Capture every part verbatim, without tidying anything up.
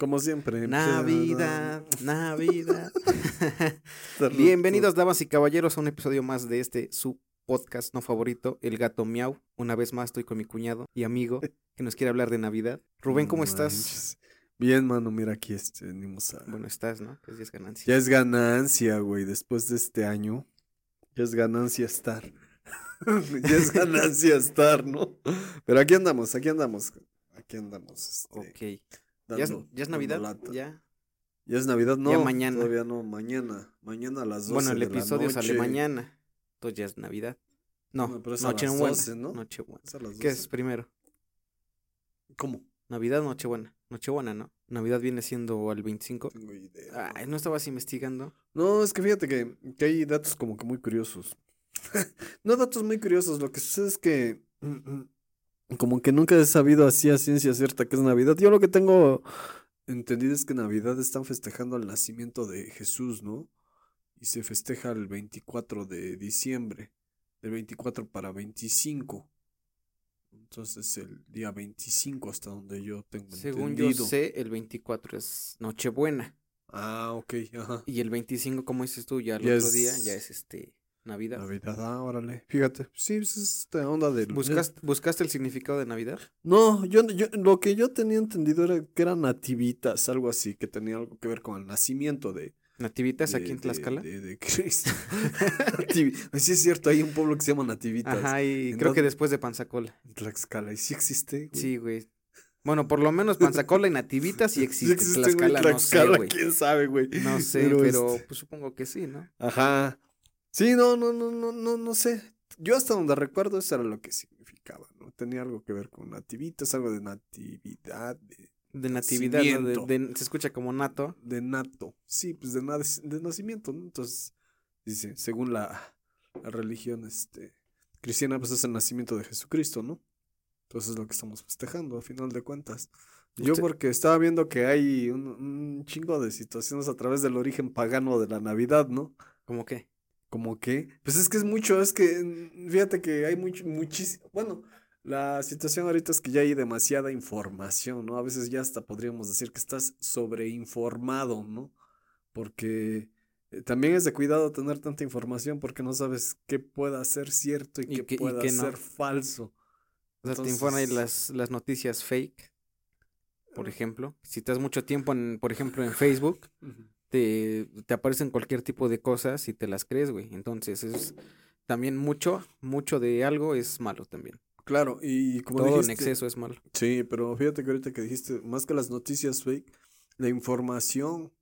Como siempre. Navidad, Navidad. Bienvenidos, damas y caballeros, a un episodio más de este, su podcast no favorito, El Gato Miau. Una vez más estoy con mi cuñado y amigo que nos quiere hablar de Navidad. Rubén, ¿cómo estás? Manches. Bien, mano, mira, aquí este, venimos a... Bueno, estás, ¿no? Que ya es ganancia. Ya es ganancia, güey, después de este año. Ya es ganancia estar. Ya es ganancia estar, ¿no? Pero aquí andamos, aquí andamos. Aquí andamos. Este, Ok. dando- ¿Ya es, ya es dando Navidad? lata. Ya. ¿Ya es Navidad? No, Ya mañana. todavía no, mañana. Mañana a las doce Bueno, el de la episodio sale noche. mañana. Entonces ya es Navidad. No, No, pero es a las Nochebuena. doce, ¿no? Nochebuena. Es a las ¿Qué doce. es primero? ¿Cómo? Navidad, Nochebuena. Nochebuena, ¿no? Navidad viene siendo al veinticinco. Tengo idea. Ay, ¿no estabas investigando? No, es que fíjate que, que hay datos como que muy curiosos. No datos muy curiosos, lo que sucede es que mm, mm, como que nunca he sabido así a ciencia cierta que es Navidad. Yo lo que tengo entendido es que Navidad están festejando el nacimiento de Jesús, ¿no? Y se festeja el veinticuatro de diciembre, del veinticuatro para veinticinco. Entonces el día veinticinco hasta donde yo tengo Según yo entendido. sé, el veinticuatro es Nochebuena. Ah, ok, ajá. Y el veinticinco, como dices tú, ya el Ya otro es día, ya es este Navidad. Navidad, ah, órale. Fíjate, sí, pues es esta onda del... ¿Buscaste, ¿Buscaste el significado de Navidad? No, yo, yo lo que yo tenía entendido era que eran nativitas, algo así, que tenía algo que ver con el nacimiento de, ¿Nativitas de, aquí en de- Tlaxcala? de- de Cristo. Nativi- Sí es cierto, hay un pueblo que se llama Nativitas. Ajá, y ¿En creo que dónde? después de Panzacola. En Tlaxcala, y sí existe, güey. Sí, güey. Bueno, por lo menos Panzacola y Nativitas sí Sí existe. existe, güey, Tlaxcala, no sé, Tlaxcala, güey. quién sabe, güey. No sé, Pero, pero, este, pues supongo que sí, ¿no? Ajá. Sí, no, no, no, no, no, no sé. Yo hasta donde recuerdo eso era lo que significaba, ¿no? Tenía algo que ver con nativitas, algo de natividad, de De natividad, ¿no? De, nacimiento. de- se escucha como nato. De nato, sí, pues de, nac- de nacimiento, ¿no? Entonces, dice, según la, la religión este, cristiana, pues es el nacimiento de Jesucristo, ¿no? Entonces es lo que estamos festejando, a final de cuentas. Yo Usted- porque estaba viendo que hay un, un chingo de situaciones a través del origen pagano de la Navidad, ¿no? ¿Cómo qué? Como que, pues es que es mucho, es que, mm, fíjate que hay mucho, muchísimo, bueno, la situación ahorita es que ya hay demasiada información, ¿no? A veces ya hasta podríamos decir que estás sobreinformado, ¿no? Porque eh, también es de cuidado tener tanta información porque no sabes qué pueda ser cierto y Y qué que- y pueda qué no. ser falso. O sea, te informan ahí Entonces, las, las noticias fake, por eh, ejemplo. Si estás mucho tiempo, en, por ejemplo, en Facebook, ujú. te, te aparecen cualquier tipo de cosas y te las crees, güey. Entonces, es también mucho, mucho de algo es malo también. Claro, y como Todo en dijiste, exceso es malo. sí, pero fíjate que ahorita que dijiste, más que las noticias fake, la información,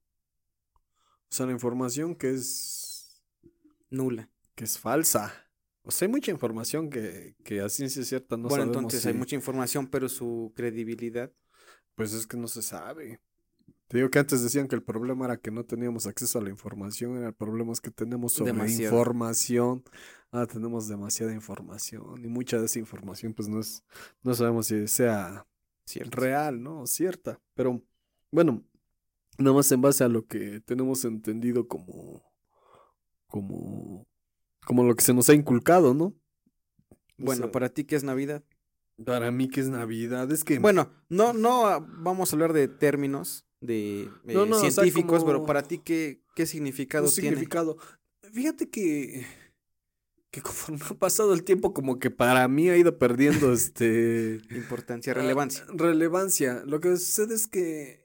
o sea, la información que es, Nula. que es falsa. O sea, hay mucha información que, que a ciencia cierta no Bueno, sabemos entonces hay si, mucha información, pero su credibilidad. pues es que no se sabe. Te digo que antes decían que el problema era que no teníamos acceso a la información, era el problema es que tenemos sobre Demasiado. información. Ah, tenemos demasiada información y mucha de esa información pues no es, no sabemos si sea Cierto. real, ¿no? O cierta. Pero bueno, nada más en base a lo que tenemos entendido como, como, como lo que se nos ha inculcado, ¿no? O Bueno, sea, para ti, ¿qué es Navidad? para mí que es Navidad, es que, Bueno, no, no ah, vamos a hablar de términos de no, eh, no, o sea, científicos, pero como para ti, ¿qué, qué un significado tiene? significado. Fíjate que, que conforme ha pasado el tiempo, como que para mí ha ido perdiendo este Importancia, ah, relevancia. relevancia. Lo que sucede es que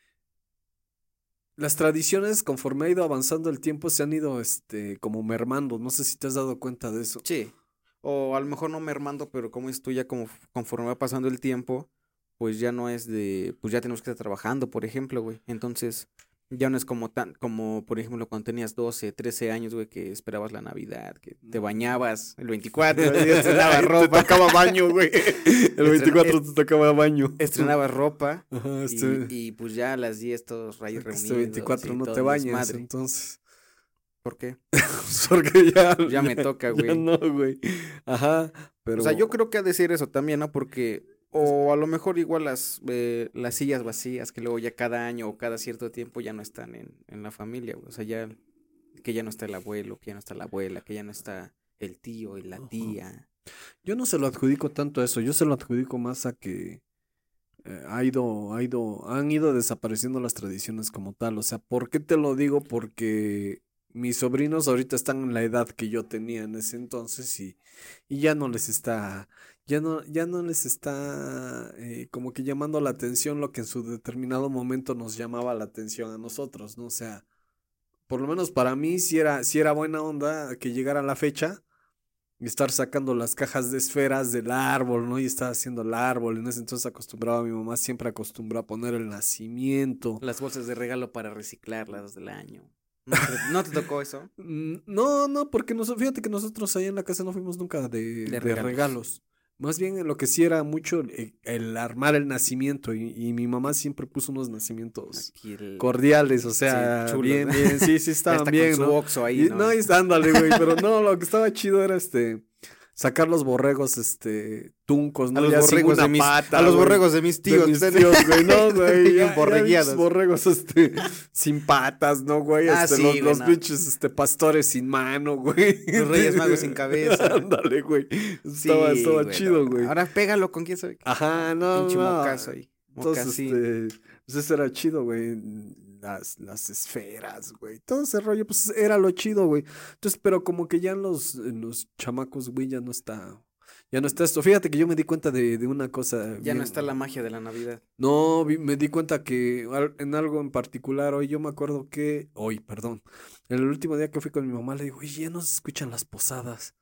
las tradiciones, conforme ha ido avanzando el tiempo, se han ido este como mermando. No sé si te has dado cuenta de eso. Sí. O a lo mejor no mermando, pero como es tú ya como f- conforme va pasando el tiempo, pues ya no es de, pues ya tenemos que estar trabajando, por ejemplo, güey. Entonces, ya no es como tan, como por ejemplo cuando tenías doce, trece años, güey, que esperabas la Navidad, que te bañabas el veinticuatro, estrenabas Te ropa, tocaba baño, güey. El veinticuatro te tocaba baño. estrenabas ropa Ajá, y, este, y pues ya a las diez todos ahí este reunidos veinticuatro y no todo te el bañas, desmadre. entonces. ¿Por qué? Porque ya, Ya me toca, ya güey. no, güey. Ajá, pero. O sea, yo creo que ha de ser eso también, ¿no? Porque, o a lo mejor igual las, eh, las sillas vacías que luego ya cada año o cada cierto tiempo ya no están en, en la familia, güey. O sea, ya, que ya no está el abuelo, que ya no está la abuela, que ya no está el tío y la Ajá. tía. Yo no se lo adjudico tanto a eso, yo se lo adjudico más a que eh, ha ido, ha ido, han ido desapareciendo las tradiciones como tal. O sea, ¿por qué te lo digo? Porque mis sobrinos ahorita están en la edad que yo tenía en ese entonces y, y ya no les está, ya no, ya no les está eh, como que llamando la atención lo que en su determinado momento nos llamaba la atención a nosotros, ¿no? O sea, por lo menos para mí sí era, sí era buena onda que llegara la fecha y estar sacando las cajas de esferas del árbol, ¿no? Y estar haciendo el árbol. En ese entonces acostumbraba, mi mamá siempre acostumbró a poner el nacimiento. Las bolsas de regalo para reciclarlas del año. ¿No te, no te tocó eso? Mm, No, no, porque nos, fíjate que nosotros ahí en la casa no fuimos nunca de, De de regalos. regalos. Más bien lo que sí era mucho el, el armar el nacimiento y, y mi mamá siempre puso unos nacimientos Aquí el... cordiales, o sea, Sí, chulos, bien, ¿no? bien, sí, sí Ya estaban está bien, con su ¿no? Oxxo ahí, Y, ¿no? no, y está, ándale, güey, pero no, lo que estaba chido era este sacar los borregos, este, tuncos, A ¿no? los Ya sin borregos una de mis, pata, a los güey. borregos de mis De tíos. mis tíos, güey, no, güey, Bien ya, ya borregueados. pinches borregos, este, sin patas, ¿no, güey? Ah, Este, sí, los, güey, los no. pinches, este, pastores sin mano, güey. Los Reyes Magos sin cabeza. Ándale, güey, Sí, estaba, estaba güey, chido, no. güey. Ahora pégalo con quién sabe qué. Ajá, no, Pinche no. mocazo ahí. Entonces, Mocasín. este, pues eso era chido, güey. Las, las esferas, güey. Todo ese rollo, pues era lo chido, güey. Entonces, pero como que ya en los, en los chamacos, güey, ya no está. Ya no está esto. Fíjate que yo me di cuenta de, de una cosa. Ya no bien- está la magia de la Navidad. No, vi- me di cuenta que al- en algo en particular, hoy yo me acuerdo que. Hoy, perdón. El último día que fui con mi mamá, le digo, oye, ya no se escuchan las posadas.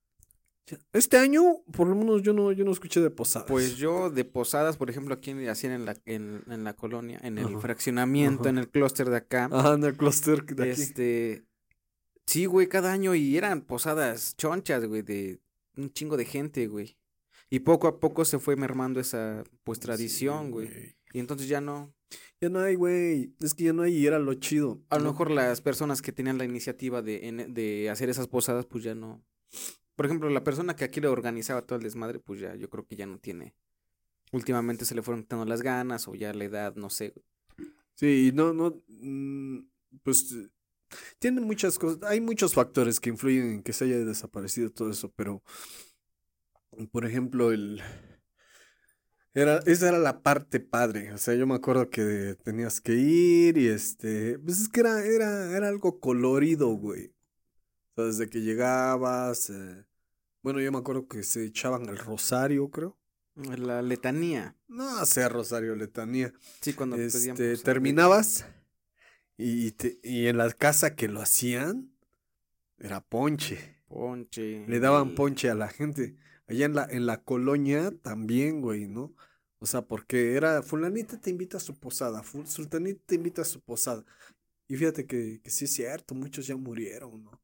Ya- Este año, por lo menos yo no, yo no escuché de posadas. Pues yo de posadas, por ejemplo, aquí en- hacían en la, en, en la colonia, en el Ajá, fraccionamiento, ajá. en el clúster de acá. Ajá, en el clúster de aquí. Este, sí, güey, cada año y eran posadas chonchas, güey, de un chingo de gente, güey. Y poco a poco se fue mermando esa, pues, tradición, Sí, güey. Y entonces ya no. Ya no hay, güey. Es que ya no hay y era lo chido. A lo ¿no? mejor las personas que tenían la iniciativa de, en- de hacer esas posadas, pues ya no. Por ejemplo, la persona que aquí le organizaba todo el desmadre, pues ya, yo creo que ya no tiene. Últimamente se le fueron quitando las ganas o ya la edad, no sé, güey. Sí, no, no. mm, Pues eh, tiene muchas cosas. Hay muchos factores que influyen en que se haya desaparecido todo eso, pero. Por ejemplo, el. Era, esa era la parte padre. O sea, yo me acuerdo que tenías que ir y este. Pues es que era, era, era algo colorido, güey. O sea, desde que llegabas. eh, Bueno, yo me acuerdo que se echaban el rosario, creo. La letanía. No sea rosario letanía. Sí, cuando pedían Este, posada. terminabas y, te- y en la casa que lo hacían era ponche. Ponche. Le daban y- ponche a la gente. Allá en la, en la colonia también, güey, ¿no? O sea, porque era, fulanita te invita a su posada, fu- sultanita te invita a su posada. Y fíjate que, que sí es cierto, muchos ya murieron, ¿no?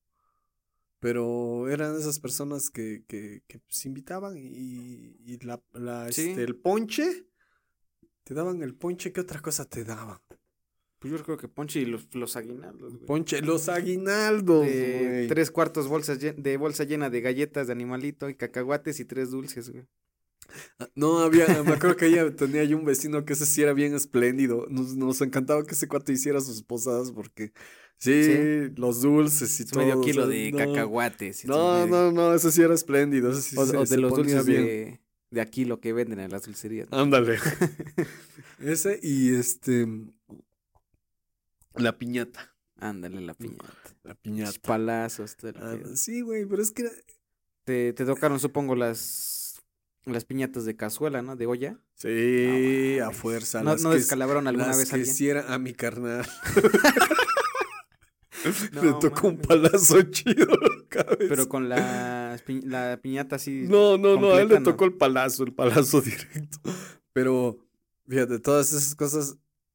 Pero eran esas personas que, que, que se invitaban y, y la, la, Sí. este, el ponche, te daban el ponche, ¿qué otra cosa te daban? Pues yo creo que ponche y los, los aguinaldos, güey. Ponche, los aguinaldos, De güey. tres cuartos bolsas llen- de bolsa llena de galletas de animalito y cacahuates y tres dulces, güey. Ah, No, había, me acuerdo que ella tenía yo un vecino que ese sí era bien espléndido. Nos, nos encantaba que ese cuate hiciera sus posadas porque sí, Sí. los dulces y Es todo. medio o kilo sea, de no, cacahuates. y No, es medio- no, no, ese sí era espléndido. Ese sí O, se, o de se los ponía dulces bien. de, de aquí lo que venden en las dulcerías, ¿no? Ándale. Ese y este. La piñata. Ándale, la piñata. La piñata. Palazos. todo el Ah, pedo. sí, güey, pero es que era- Te, te tocaron, supongo, las, las piñatas de cazuela, ¿no? De olla. Sí, No a mames. fuerza. ¿No, las no que, descalabraron alguna las vez a que alguien? sí era a mi carnal. No Le tocó un mames. palazo chido en la cabeza. Pero con la, pi- la piñata así. No, no, no, a él le completa, no. tocó el palazo, el palazo directo. Pero, fíjate, todas esas cosas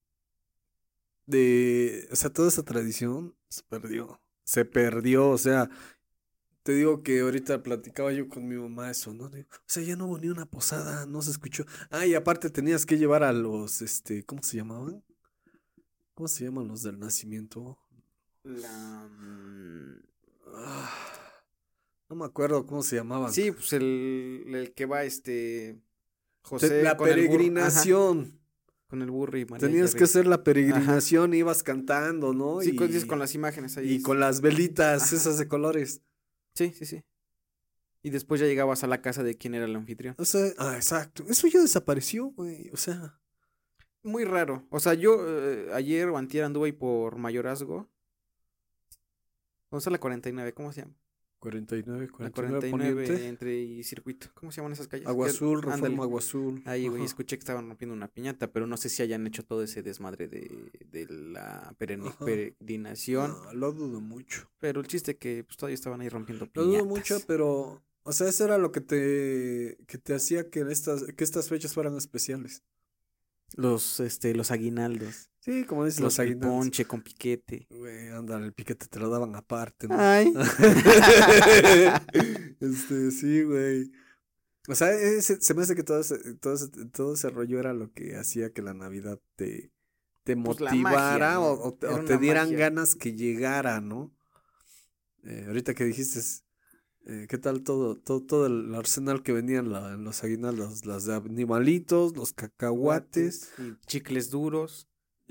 de, o sea, toda esa tradición se perdió. Se perdió, o sea, te digo que ahorita platicaba yo con mi mamá eso, ¿no? Digo, o sea, ya no hubo ni una posada, no se escuchó. Ah, y aparte tenías que llevar a los, este, ¿cómo se llamaban? ¿Cómo se llaman los del nacimiento? La, mm, Ah, no me acuerdo cómo se llamaban. sí, pues el, el que va este. Te- José. la con el burro- ajá, peregrinación. con el burro y María Tenías y que arriba. hacer la peregrinación, ibas cantando, ¿no? Sí, y, con, dices con las imágenes ahí. y con las velitas Ajá. esas de colores. Sí, sí, sí. Y después ya llegabas a la casa de quien era el anfitrión. O sea, ah, exacto. Eso ya desapareció, güey. O sea, Muy raro. O sea, yo eh, ayer o antier anduve ahí por Mayorazgo. ¿Dónde está la cuarenta y nueve? ¿Cómo se llama? cuarenta y nueve, La cuarenta y nueve cuarenta y nueve Poniente. entre y Circuito. ¿Cómo se llaman esas calles? Agua Que- Azul, ándale. Reforma Agua Azul. Ahí, güey, Ajá, escuché que estaban rompiendo una piñata, pero no sé si hayan hecho todo ese desmadre de, de la pereni- ajá. peregrinación. No, lo dudo mucho. Pero el chiste que pues todavía estaban ahí rompiendo Lo dudo mucho, piñatas. pero, o sea, eso era lo que te, que te hacía que estas, que estas fechas fueran especiales. Los, este, los aguinaldos. Sí, como dices, Los los el aguinaldos. ponche con piquete. Güey, ándale, el piquete te lo daban aparte, ¿no? Ay. Este, sí, güey. O sea, ese- se me hace que todo ese, todo ese, todo ese rollo era lo que hacía que la Navidad te, te Pues la motivara magia, ¿no? o, o te, Era o te una dieran magia. ganas que llegara, ¿no? Eh, ahorita que dijiste, eh, ¿qué tal todo, todo, todo el arsenal que venían la- en los aguinaldos? Las de animalitos, los cacahuates. Y chicles duros.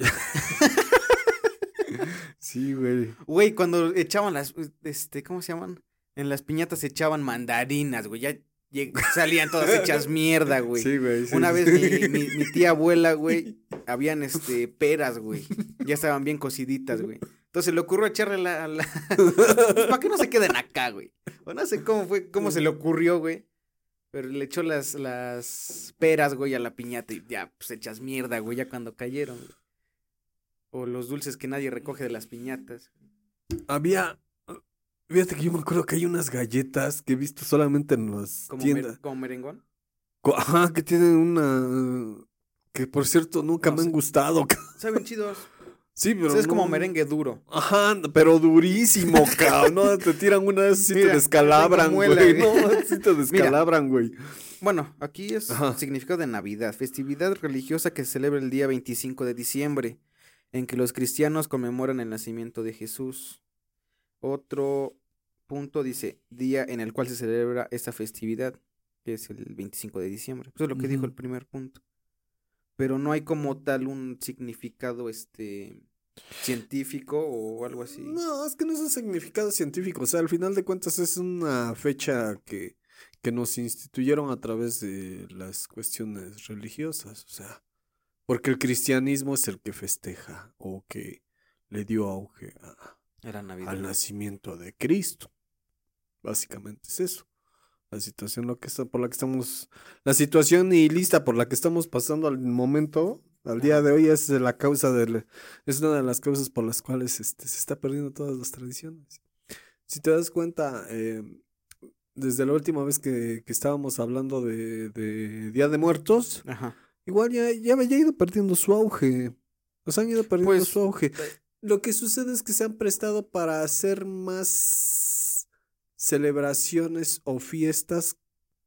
Sí, güey. Güey, cuando echaban las, este, ¿cómo se llaman? En las piñatas echaban mandarinas, güey. Ya lleg- salían todas hechas mierda, güey. Sí, güey. sí, Una sí. vez mi, mi, mi tía abuela, güey, habían, este, peras, güey. Ya estaban bien cociditas, güey. Entonces le ocurrió echarle la, la... Pues, ¿para qué no se queden acá, güey? O no sé cómo fue, cómo se le ocurrió, güey. Pero le echó las, las peras, güey, a la piñata y ya, pues hechas mierda, güey, ya cuando cayeron, güey. O los dulces que nadie recoge de las piñatas. Había. Fíjate que yo me acuerdo que hay unas galletas que he visto solamente en las Como, tiendas. mer- como merengón. Co- Ajá, que tienen una. Que por cierto nunca No me han sé. gustado. ca- Saben chidos. Sí, O pero. sea, es como no- merengue duro. Ajá, pero durísimo, cabrón. No, te tiran una vez y sí Mira, te descalabran, tengo muela, güey. güey. No, sí te descalabran, güey. Bueno, aquí es Ajá. el significado de Navidad, festividad religiosa que se celebra el día veinticinco de diciembre, en que los cristianos conmemoran el nacimiento de Jesús. Otro punto dice, día en el cual se celebra esta festividad, que es el veinticinco de diciembre. Eso es lo que dijo Ujú. el primer punto. Pero no hay como tal un significado este científico o algo así. No, es que no es un significado científico. O sea, al final de cuentas es una fecha que, que nos instituyeron a través de las cuestiones religiosas. O sea, porque el cristianismo es el que festeja o que le dio auge a- Era Navidad. al nacimiento de Cristo. Básicamente es eso. La situación lo que está, por la que estamos, la situación nihilista por la que estamos pasando al momento, al día Ajá. de hoy, es la causa del, es una de las causas por las cuales este, se está perdiendo todas las tradiciones. Si te das cuenta, eh, desde la última vez que, que estábamos hablando de, de Día de Muertos, Ajá. igual ya, ya había ido perdiendo su auge. Nos han ido perdiendo Pues, su auge. eh, Lo que sucede es que se han prestado para hacer más celebraciones o fiestas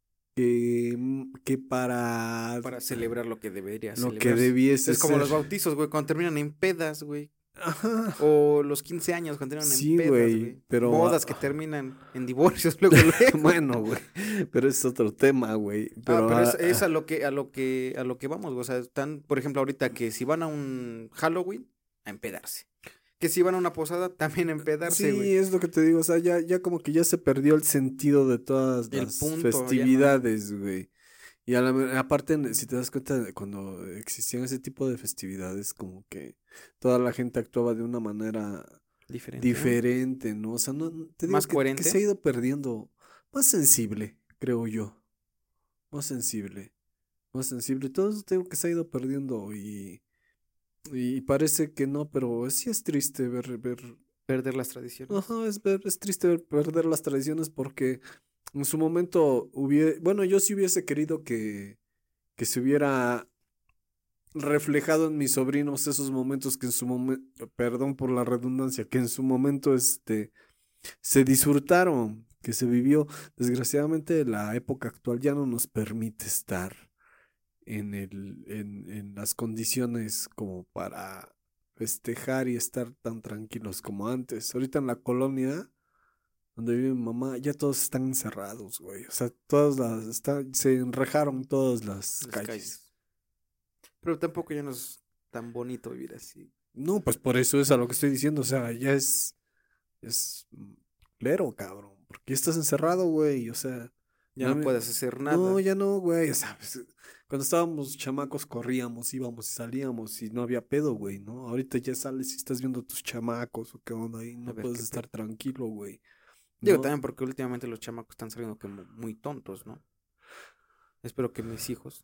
que, que para, para celebrar lo que debería lo que celebrarse. debiese Es como ser. los bautizos, güey, cuando terminan en pedas, güey. Ajá. O los quince años cuando terminan Sí, en pedas, güey, güey. pero, Bodas ah, que terminan en divorcios luego, luego. Bueno, güey, pero es otro tema, güey. Ah, Pero, pero es, ah, es ah, a lo que, a lo que, a lo que vamos, güey. O sea, están, por ejemplo, ahorita que si van a un Halloween, a empedarse. Que si van a una posada, también a empedarse, sí, güey. es lo que te digo, o sea, ya, ya como que ya se perdió el sentido de todas El las punto, ya no. festividades, güey. Y a la- aparte, si te das cuenta, de cuando existían ese tipo de festividades, como que toda la gente actuaba de una manera Diferente. ¿no? diferente, ¿no? O sea, no, no- te digo Más que, que coherente. se ha ido perdiendo, más sensible, creo yo, más sensible, más sensible. Todo eso tengo que se ha ido perdiendo y, y parece que no, pero sí es triste ver, ver, Perder las tradiciones. ajá, es, ver- es triste ver- perder las tradiciones porque en su momento hubiera, bueno, yo sí hubiese querido que, que se hubiera reflejado en mis sobrinos esos momentos que en su momento, perdón por la redundancia, que en su momento este, se disfrutaron, que se vivió. Desgraciadamente la época actual ya no nos permite estar en el, en, en las condiciones como para festejar y estar tan tranquilos como antes. Ahorita en la colonia donde vive mi mamá, ya todos están encerrados, güey. O sea, todas las, están, se enrejaron todas las, Las calles. calles. Pero tampoco ya no es tan bonito vivir así. No, pues por eso es a lo que estoy diciendo. O sea, ya es, es lero, cabrón. Porque ya estás encerrado, güey. O sea, Ya A no mí- puedes hacer nada. No, ya no, güey. O sea, pues, cuando estábamos chamacos corríamos, íbamos y salíamos y no había pedo, güey, ¿no? Ahorita ya sales y estás viendo a tus chamacos o qué onda ahí, A no ver puedes qué estar pedo. tranquilo, güey. Digo, No, también porque últimamente los chamacos están saliendo como muy tontos, ¿no? Espero que mis hijos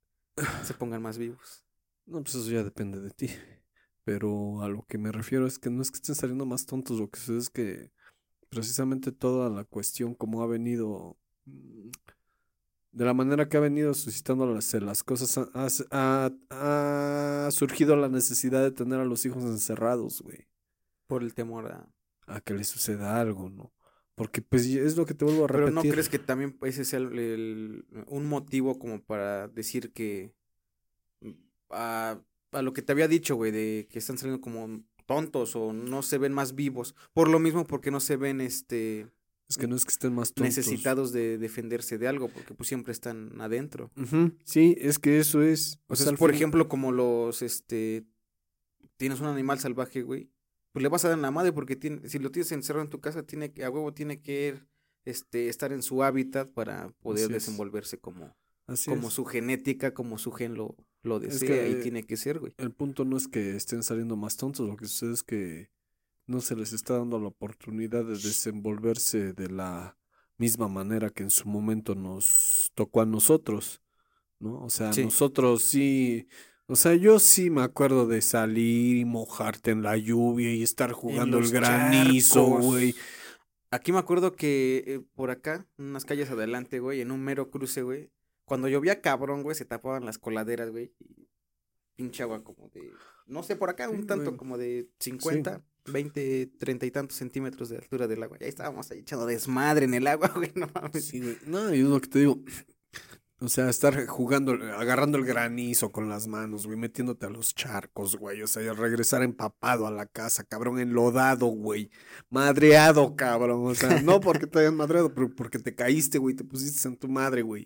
se pongan más vivos. no, pues eso ya depende de ti. Pero a lo que me refiero es que no es que estén saliendo más tontos, lo que sucede es que precisamente toda la cuestión como ha venido, mm, de la manera que ha venido suscitando las, las cosas, ha, ha- ha- ha surgido la necesidad de tener a los hijos encerrados, güey, Por el temor a... a que les suceda algo, ¿no? Porque pues y es lo que te vuelvo a Pero ¿no repetir. crees que también ese sea el- el- un motivo como para decir que... mm, A, a lo que te había dicho, güey, de que están saliendo como tontos o no se ven más vivos. Por lo mismo, porque no se ven, este... Es que no es que estén más tontos. necesitados de defenderse de algo, porque pues siempre están adentro. Ujú, sí, es que eso es. O O sea, sea, es al por fin- ejemplo como los, este, tienes un animal salvaje, güey, pues le vas a dar en la madre porque tiene, si lo tienes encerrado en tu casa, tiene que, a huevo tiene que, este, estar en su hábitat para poder Así es. desenvolverse como, así como es. su genética, como su gen lo, lo Es desea que, y eh, tiene que ser, güey. El punto no es que estén saliendo más tontos, lo que sucede es que no se les está dando la oportunidad de desenvolverse de la misma manera que en su momento nos tocó a nosotros, ¿no? O sea, Sí. nosotros sí, o sea, yo sí me acuerdo de salir y mojarte en la lluvia y estar jugando el los granizo, charcos. güey. Aquí me acuerdo que eh, por acá, unas calles adelante, güey, en un mero cruce, güey, cuando llovía cabrón, güey, se tapaban las coladeras, güey, y pinche agua como de, no sé, por acá, Sí, un tanto güey. como de Sí. cincuenta, veinte, treinta y tantos centímetros de altura del agua. Y ahí estábamos ahí echando desmadre en el agua, güey, no mames. Sí, güey. No, y es lo que te digo. O sea, estar jugando, agarrando el granizo con las manos, güey, metiéndote a los charcos, güey. O sea, y regresar empapado a la casa, cabrón, enlodado, güey. Madreado, cabrón. O sea, no porque te hayan madreado, pero porque te caíste, güey, te pusiste en tu madre, güey.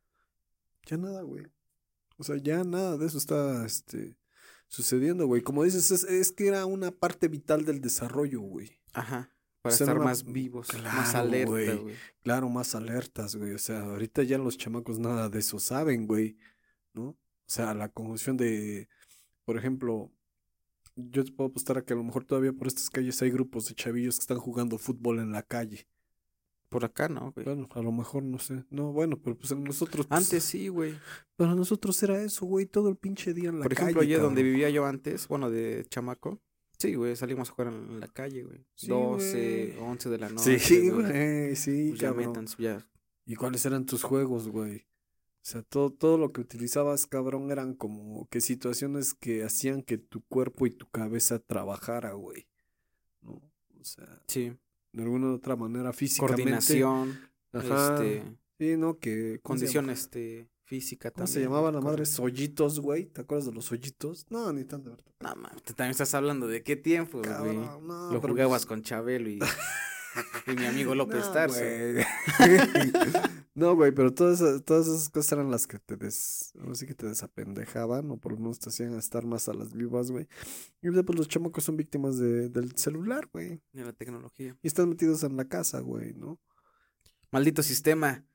Ya nada, güey. O sea, ya nada de eso está, este, sucediendo, güey. Como dices, es, es que era una parte vital del desarrollo, güey. Ajá, O para sea, era estar una- más vivos, más Claro, alerta, güey. güey. Claro, más alertas, güey. O sea, ahorita ya los chamacos nada de eso saben, güey, ¿no? O sea, la conjunción de, por ejemplo, yo te puedo apostar a que a lo mejor todavía por estas calles hay grupos de chavillos que están jugando fútbol en la calle. Por acá, ¿no, güey? Bueno, a lo mejor no sé. No, bueno, pero pues en nosotros, pues, Antes sí, güey. para nosotros era eso, güey, todo el pinche día en la Por ejemplo, calle, allá donde cabrón. vivía yo antes, bueno, de chamaco, sí, güey, salimos a jugar en la calle, güey. Sí, doce, güey. once de la noche, Sí, güey. güey, sí, Pues ya cabrón. métanse, ya. ¿Y cuáles eran tus juegos, güey? O sea, todo, todo lo que utilizabas, cabrón, eran como que situaciones que hacían que tu cuerpo y tu cabeza trabajara, güey. ¿No? O sea, Sí, de alguna u otra manera, físicamente. coordinación, Ajá. este, Sí, ¿no? Que, ¿cómo se condición, llama? este, física ¿Cómo se también. llamaba la madre? correcto. Hoyitos, güey. ¿Te acuerdas de los hoyitos? No, ni tan de verdad. No, mames, tú también estás hablando de qué tiempo, güey. Cabrón, no. Lo pero jugabas pues- con Chabelo y, y mi amigo López No, Tarso. güey. No, güey, pero todas esas, todas esas cosas eran las que te des, ahora sí que te desapendejaban, o por lo menos te hacían estar más a las vivas, güey. Y ahorita, pues los chamacos son víctimas de, del celular, güey. De la tecnología. Y están metidos en la casa, güey, ¿no? Maldito sistema.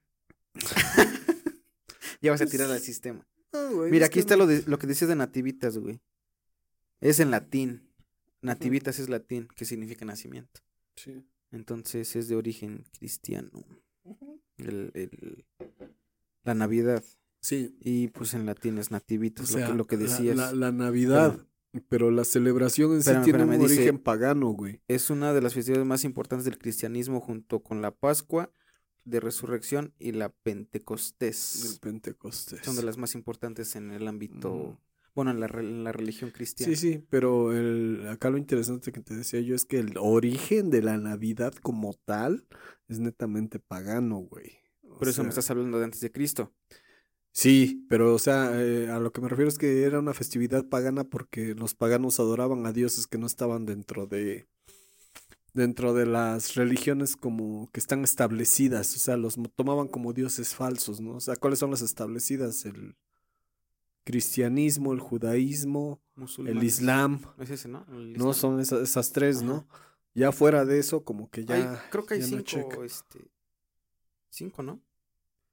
Ya vas a tirar al Pues, sistema. Ah, güey, Mira, es aquí que está no- lo, de, lo que decías de nativitas, güey. Es en latín. Nativitas es latín, que significa nacimiento. Sí. Entonces es de origen cristiano. Ujú. El, el- la Navidad. Sí. Y pues en latín es O nativitas, sea, lo, que, lo que la- decías. La, la Navidad, pero la celebración en sí Espérame, tiene espérame, un dice- origen pagano, güey. Es una de las festividades más importantes del cristianismo junto con la Pascua de Resurrección y la El Pentecostés. Pentecostés. Son de las más importantes en el ámbito, Ujú. bueno, en la, re- en la religión cristiana. Sí, sí, pero el, acá lo interesante que te decía yo es que el origen de la Navidad como tal es netamente pagano, güey. O Por eso me sea, estás hablando de antes de Cristo. Sí, pero o sea, eh, a lo que me refiero es que era una festividad pagana porque los paganos adoraban a dioses que no estaban dentro de dentro de las religiones como que están establecidas, o sea, los mo- tomaban como dioses falsos, ¿no? O sea, ¿cuáles son las establecidas? El cristianismo, el judaísmo, el Musulmanes. islam, Es ese, ¿no? El no Islam. son esas, esas tres, ¿no? Ajá. Ya fuera de eso, como que ya Hay- creo que hay ya no cinco, checa. este, cinco, ¿no?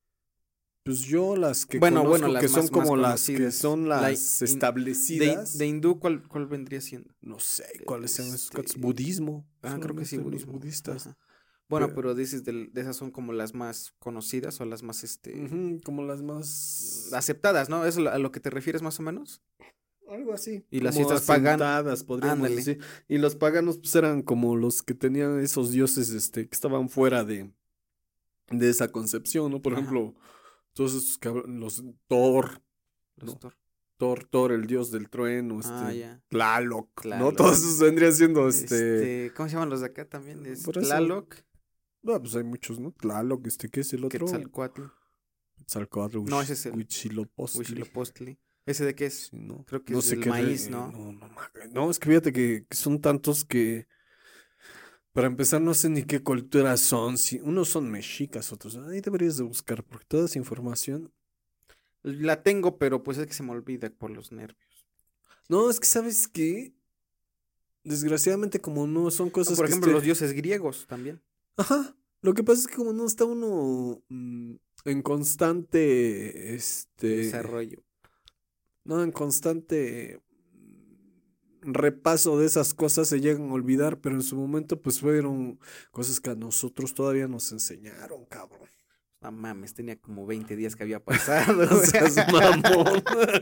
Pues yo las que Bueno, conozco bueno, las que son más- más como las que conocidas. son La las hin- establecidas. De, de hindú, ¿cuál, ¿cuál vendría siendo? No sé cuáles sean esos Este, cuates. Budismo. Ah, creo que sí, Solamente los budismo. budistas. Ajá. Bueno, Pe- pero dices del- de, esas son como las más conocidas o las más este Ujú, como las más. aceptadas, ¿no? ¿Es a lo que te refieres más o menos? Algo así. Y las como fiestas pagan- asentadas, podríamos Ándale. decir. Y los paganos pues eran como los que tenían esos dioses este, que estaban fuera de, de esa concepción, ¿no? Por Ajá. ejemplo, todos esos cabr- los Thor, Los No. Thor. Thor, Thor, el dios del trueno, este, Ah, ya. Tlaloc, ¿no? Tlaloc. Todos esos vendrían siendo este. Este, ¿cómo se llaman los de acá también? Es Por eso. Tlaloc, Ah, pues hay muchos, ¿no? Tlaloc, este, ¿qué es el otro? Quetzalcóatl, Quetzalcóatl, No, ese es el- Huitzilopochtli. Huitzilopochtli. ¿Ese de qué es? Sí, ¿no? Creo que No es sé del qué re- maíz, ¿no? No, no, mames. No, es que fíjate que, que son tantos que. Para empezar, no sé ni qué culturas son. Si unos son mexicas, otros. Ahí deberías de buscar, porque toda esa información. La tengo, pero pues es que se me olvida por los nervios. No, es que sabes que. Desgraciadamente, como no son O, cosas por que ejemplo, esté- los dioses griegos también. Ajá. Lo que pasa es que como no está uno mm, en constante. Este. Desarrollo. No, en constante mm, repaso de esas cosas se llegan a olvidar, pero en su momento pues fueron cosas que a nosotros todavía nos enseñaron, cabrón. No mames, tenía como veinte días que había pasado. No seas mamón.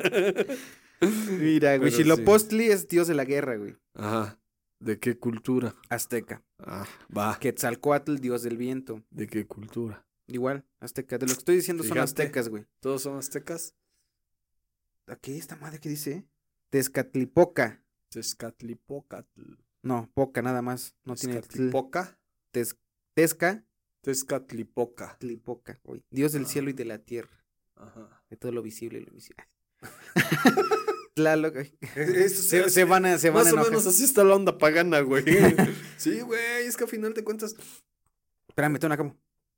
Mira, güey, Pero sí. Huitzilopochtli es dios de la guerra, güey. Ajá. ¿De qué cultura? Azteca. Ah, va. Quetzalcóatl, dios del viento. ¿De qué cultura? Igual, azteca. De lo que estoy diciendo son Fíjate. aztecas, güey. ¿Todos son aztecas? ¿Aquí esta madre qué dice? Tezcatlipoca. Tezcatlipócatl. No, poca nada más. No tiene tl. Tezcatlipoca. Tez- Tezca. Tezcatlipoca. Tlipoca, güey. Dios del Ah. cielo y de la tierra. Ajá. De todo lo visible y lo invisible. Tlaloc, güey. Eso Se, se van a, se van Más a o enojar. menos así está la onda pagana, güey. Sí, güey, es que a final de cuentas. Espérame, te acabo.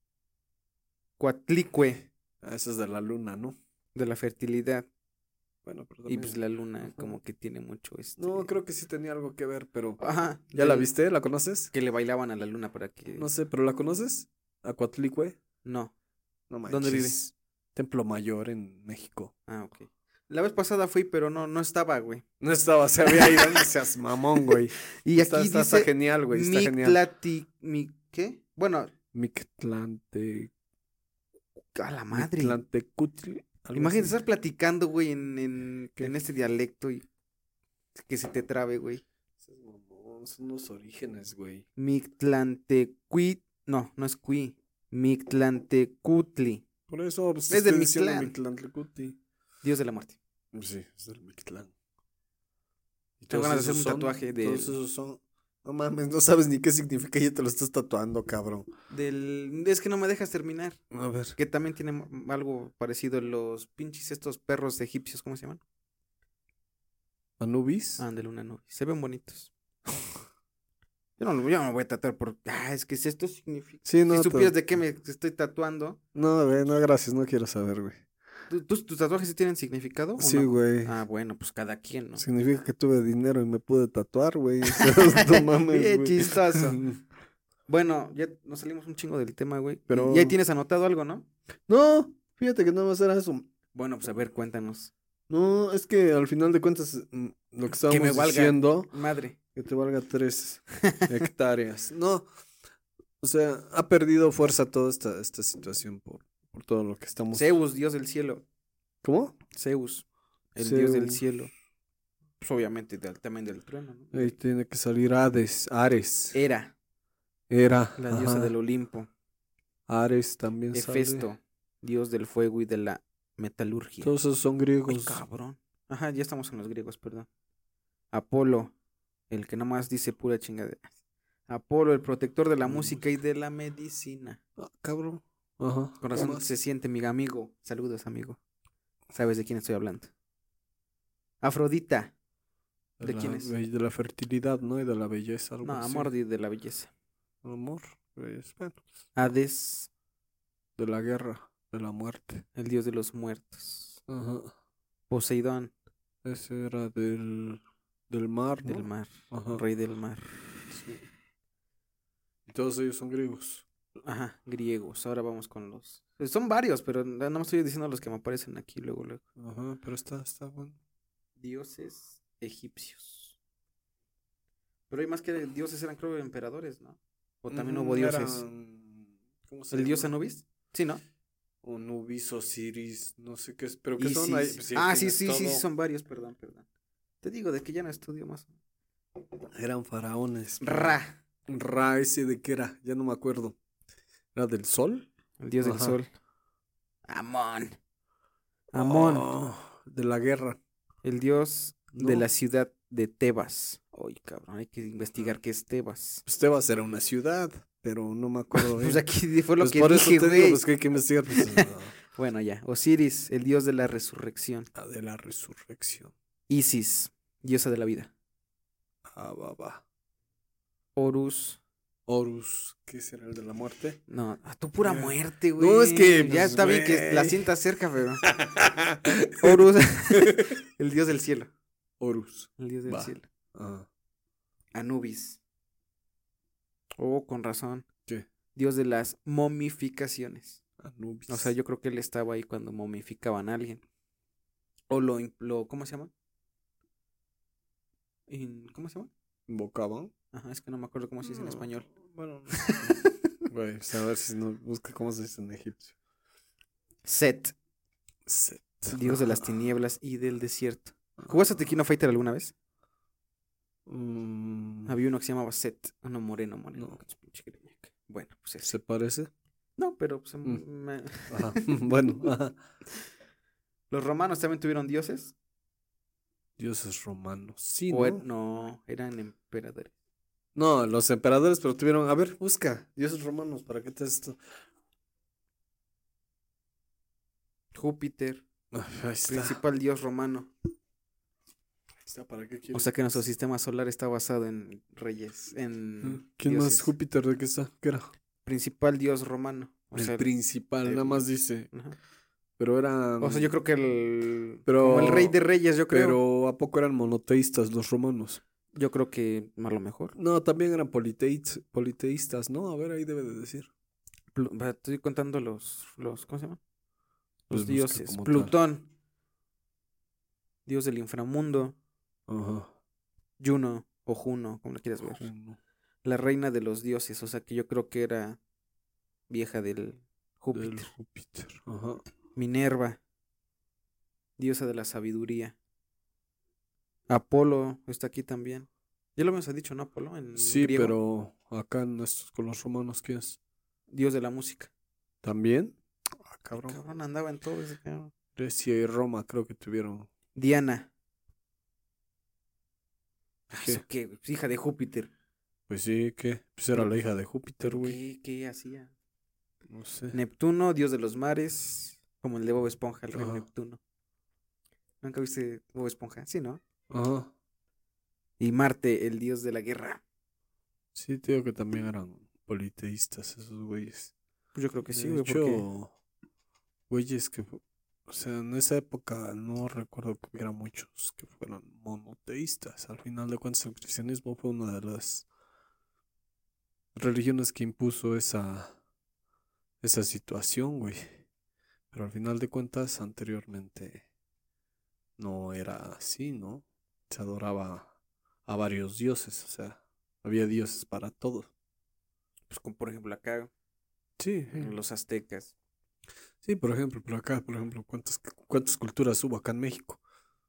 Coatlicue, Ah, esa es de la luna, ¿no? de la fertilidad. Bueno, pero Y también- pues la luna Ajá. como que tiene mucho este. No, creo que sí tenía algo que ver, pero. Ajá. ¿Ya la del- viste? ¿La conoces? Que le bailaban a la luna para que. No sé, pero ¿la conoces? Acuatlicue. No. No manches. ¿Dónde vive? Templo Mayor en México. Ah, ok. La vez pasada fui, pero no, no estaba, güey. No estaba, se había ido, no seas mamón, güey. Y Está, aquí está, está dice genial, güey, está genial. Mictlati... Mi, ¿Qué? Bueno, Mictlante... a la madre. Mictlantecutli, algo Imagínate así. estar platicando, güey, en, en, ¿Qué? en este dialecto y que se te trabe, güey. Seas mamón, son los orígenes, güey. Mictlantecuit... No, no es cui. Mictlantecutli. Por eso, pues, Es del estoy diciendo Mictlán. Mictlantecutli. Dios de la muerte. Sí, es del Mictlán. Y Tengo todos ganas de hacer esos un son- tatuaje de- Todos esos son... No mames, no sabes ni qué significa y ya te lo estás tatuando, cabrón. Del... Es que no me dejas terminar. A ver. Que también tiene m- algo parecido en los pinches estos perros egipcios, ¿cómo se llaman? ¿Anubis? Ah, de luna nubis. Se ven bonitos. Yo no, lo- yo no me voy a tatuar por... Ah, es que si esto significa... Sí, no. si te- supieras de qué me estoy tatuando... No, güey, no, gracias, no quiero saber, güey. ¿tú- ¿Tus, tus tatuajes sí tienen significado o Sí, no? güey. Ah, bueno, pues cada quien, ¿no? Significa que tuve dinero y me pude tatuar, güey. O sea, no mames, Bien güey. chistoso. Bueno, ya nos salimos un chingo del tema, güey. Pero- Y ahí tienes anotado algo, ¿no? No, fíjate que nada más era eso. Bueno, pues a ver, cuéntanos. No, es que al final de cuentas, mm, lo que estábamos me valga. diciendo, Madre. que te valga tres hectáreas. No, o sea, ha perdido fuerza toda esta, esta situación por, por todo lo que estamos. Zeus, dios del cielo. ¿Cómo? Zeus, el dios del Zeus. cielo. Pues obviamente del, también del trueno, ¿no? Ahí tiene que salir Hades, Ares. Hera, Era. la diosa ajá. del Olimpo. Ares también sale. Hefesto, dios del fuego y de la metalurgia. Todos esos son Ay, griegos. cabrón. Ajá, ya estamos en los griegos, perdón. Apolo, el que nomás dice pura chingadera. Apolo, el protector de la Mm. música y de la medicina. Ah, cabrón. Ajá. Con ¿qué razón más? se siente mi amigo. Saludos, amigo. ¿Sabes de quién estoy hablando? Afrodita. ¿De la quién es? be- De la fertilidad, ¿no? Y de la belleza, algo No, así. amor de, de la belleza. Amor, pues, bueno, Hades, de la guerra, de la muerte. el dios de los muertos. Ajá. Poseidón, Ese era del, del mar, ¿no? del mar. Ajá. Rey del mar. Sí. Y todos ellos son griegos. Ajá, griegos. Ahora vamos con los. Pues son varios, pero no no me estoy diciendo los que me aparecen aquí luego, luego. Ajá, pero está, está bueno. Dioses egipcios. Pero hay más que dioses, eran creo emperadores, ¿no? O también hubo Mm, dioses. eran- ¿Cómo se ¿El dios llama? Anubis? Sí, ¿no? Anubis, Osiris, no sé qué es, pero ¿qué son ahí? Isis. Pues sí, Ah, sí, tienes sí, sí, sí, todo. son varios, perdón, perdón. Te digo de que ya no estudio más. Eran faraones. pero- Ra, Ra, ese de qué era, ya no me acuerdo. ¿Era del sol? el dios del Ajá. sol. Amón. Amón, Oh, de la guerra. el dios de No. la ciudad de Tebas. Ay, cabrón, hay que investigar Ajá. qué es Tebas. Pues Tebas era una ciudad, pero no me acuerdo bien. Pues aquí fue lo Pues que por eso dije, te digo, güey. pues que hay que investigar. Pues, ah, Bueno, ya. Osiris, el dios de la resurrección. ah, de la resurrección. Isis, diosa de la vida. Ah, va, va. Horus. Horus, ¿qué será el de la muerte? No, a tu pura Eh, muerte, güey. no, es que, Ya pues, está bien que la güey. sientas cerca, pero. Horus, el dios del cielo. Horus. El dios del Va. cielo. Ah, Anubis. Oh, con razón. ¿qué? Dios de las momificaciones. Anubis. O sea, yo creo que él estaba ahí cuando momificaban a alguien. O lo, im- lo ¿cómo se llama? In- ¿Cómo se llama? ¿Invocaban? Ajá, es que no me acuerdo cómo se dice en No, español. Bueno, no. Güey, pues a ver si no busca cómo se dice en egipcio. Set, Set. dios de las Ajá. tinieblas y del desierto. ¿Jugaste a Tequino Fighter alguna vez? Mm, Había uno que se llamaba Set, uno moreno, moreno. No. con su pinche greñaca. Bueno, pues ese. ¿Se parece? No, pero pues, Mm. me- Ajá. Bueno, ajá. los romanos también tuvieron dioses. Dioses romanos. Sí, O ¿no? er- no, eran emperadores. No, los emperadores, pero tuvieron. A ver, busca. Dioses romanos, ¿para qué te haces esto? Júpiter, Ah, ahí está. principal dios romano. Ahí está, ¿para qué O quieres? sea que nuestro sistema solar está basado en reyes, en Ah, ¿quién más? dioses. Júpiter, ¿de qué está? ¿Qué era? Principal dios romano. O El sea, principal, el- nada más dice. ajá. Pero eran. O sea, yo creo que el Pero- como el rey de reyes, yo creo. Pero ¿a poco eran monoteístas los romanos? Yo creo que a lo mejor. No, también eran politeíts- politeístas, ¿no? A ver, ahí debe de decir. Plu- va, Estoy contando los, los, ¿cómo se llaman? Los Pues busca dioses. como tal. Plutón, dios del inframundo. Ajá. Juno o Juno, como lo quieras ver. Uno. La reina de los dioses, o sea que yo creo que era vieja del Júpiter. Del Júpiter. Ajá. Minerva, diosa de la sabiduría. Apolo está aquí también. Ya lo habíamos dicho, ¿no? Apolo en Sí, griego. pero acá en estos con los romanos, ¿qué es? Dios de la música. ¿También? Ah, cabrón. Cabrón, andaba en todo ese cabrón. Grecia y Roma creo que tuvieron. Diana. Ah, ¿Qué? ¿Eso qué, güey? Hija de Júpiter. Pues sí, ¿qué? Pues era la hija de Júpiter, güey. ¿Qué, qué hacía? No sé. Neptuno, dios de los mares. Como el de Bob Esponja, el rey Ajá. Neptuno. ¿Nunca viste Bob Esponja? Sí, ¿no? Ajá. Y Marte, el dios de la guerra. Sí, te digo que también eran politeístas esos güeyes. Pues yo creo que sí, De güey, porque hecho, güeyes que, fu- o sea, en esa época no recuerdo que hubiera muchos que fueran monoteístas. Al final de cuentas, el cristianismo fue una de las religiones que impuso esa, esa situación, güey. Pero al final de cuentas, anteriormente no era así, ¿no? Se adoraba a varios dioses, o sea, había dioses para todo. pues como por ejemplo acá, Sí, sí. los aztecas. Sí, por ejemplo, por acá, por ejemplo, ¿cuántas, cuántas culturas hubo acá en México?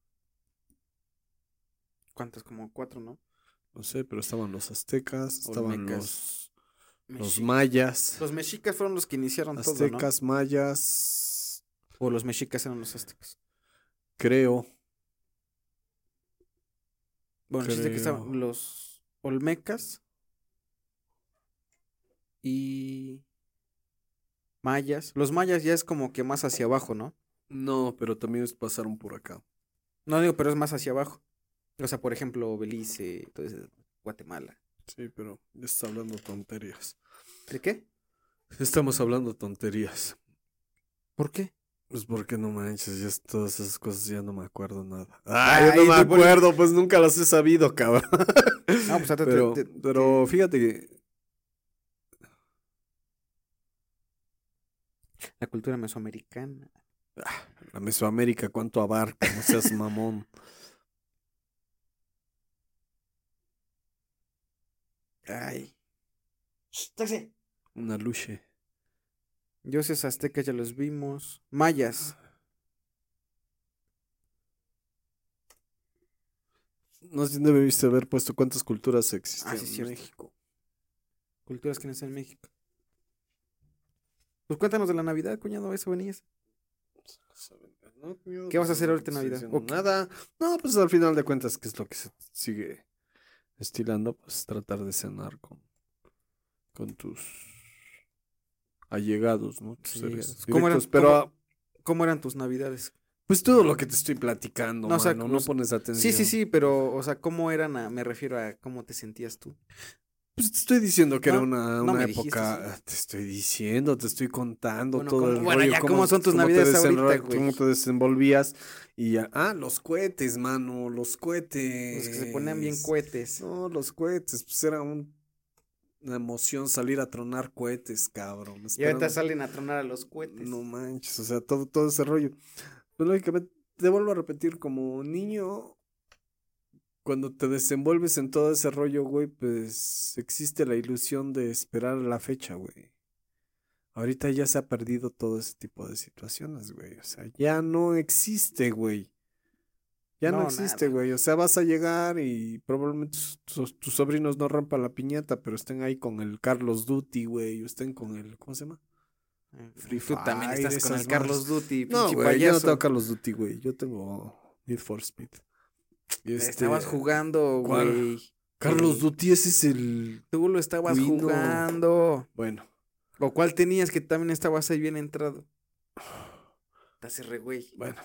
¿Cuántas? Como cuatro, ¿no? No sé, pero estaban los aztecas, estaban Olmecas. los, los Mexi- mayas, Los mexicas fueron los que iniciaron todo, ¿no? aztecas, mayas, O los mexicas eran los aztecas. creo, Bueno, el chiste es que Creo. estaban los olmecas y mayas. Los mayas ya es como que más hacia abajo, ¿no? no, pero también es- pasaron por acá. No digo, pero es más hacia abajo. O sea, por ejemplo, Belice, entonces Guatemala. Sí, pero ya está hablando tonterías. ¿De qué? Estamos hablando tonterías. ¿Por qué? Pues porque no manches, ya es- todas esas cosas ya no me acuerdo nada. Ay, Ay, no me no, por- acuerdo, pues nunca las he sabido, cabrón. No, pues te- te- Pero, te- pero fíjate que La cultura mesoamericana. La Mesoamérica, ¿cuánto abarca? No seas mamón. Ay. Shh, taxi. Una luche. Dioses aztecas ya los vimos. Mayas. No sé si debiste haber puesto cuántas culturas existen Ah, sí, en cierto. México. Culturas que nacen en México. Pues cuéntanos de la Navidad, cuñado, eso venías. No, yo, ¿Qué vas a pues, hacer lo ahorita que en te estoy Navidad? diciendo, ¿O qué? nada. No, pues al final de cuentas, ¿qué es lo que se sigue estilando? Pues tratar de cenar con, con tus allegados, ¿no? Tus Sí, seres ¿Cómo eran, directos. Pero, cómo, ah, cómo eran tus Navidades? pues todo lo que te estoy platicando, No, o sea, mano, o no s- pones sí, sí, atención. sí, pero, o sea, ¿cómo eran? a- me refiero a cómo te sentías tú. Pues te estoy diciendo que era No, una, no una me dijiste, sí. época, te estoy diciendo, te estoy contando Bueno, todo ¿cómo? el Bueno, rollo, ya, cómo, ¿cómo son tus cómo te Navidades ahorita, desenro- güey? cómo te desenvolvías y ya. Ah, los cohetes, mano, los Los que se ponían bien cohetes. cohetes. No, los cohetes, pues era un- una emoción salir a tronar cohetes, cabrón. Y ahorita Esperando. salen a tronar a los cohetes. No manches, o sea, todo, todo ese rollo. Pues lógicamente, te vuelvo a repetir, como niño, cuando te desenvuelves en todo ese rollo, güey, pues existe la ilusión de esperar la fecha, güey. Ahorita ya se ha perdido todo ese tipo de situaciones, güey. O sea, ya no existe, güey. Ya no No, existe, nada, güey. güey. O sea, vas a llegar y probablemente tus, tus- tus sobrinos no rompan la piñata, pero estén ahí con el Carlos Duty, güey. O estén con el, ¿cómo se llama? Free Eh, Tú también Fire, estás con el esas madres. Carlos Duty, No, pinche güey, yo no tengo payaso. Carlos Duty, güey. Yo tengo Need for Speed. Y Estabas este, jugando, ¿cuál? güey. Carlos El... Duty, ese es el Tú lo estabas Wino. jugando. Bueno, ¿O cuál tenías que también estabas ahí bien entrado? Te hace re, güey. bueno.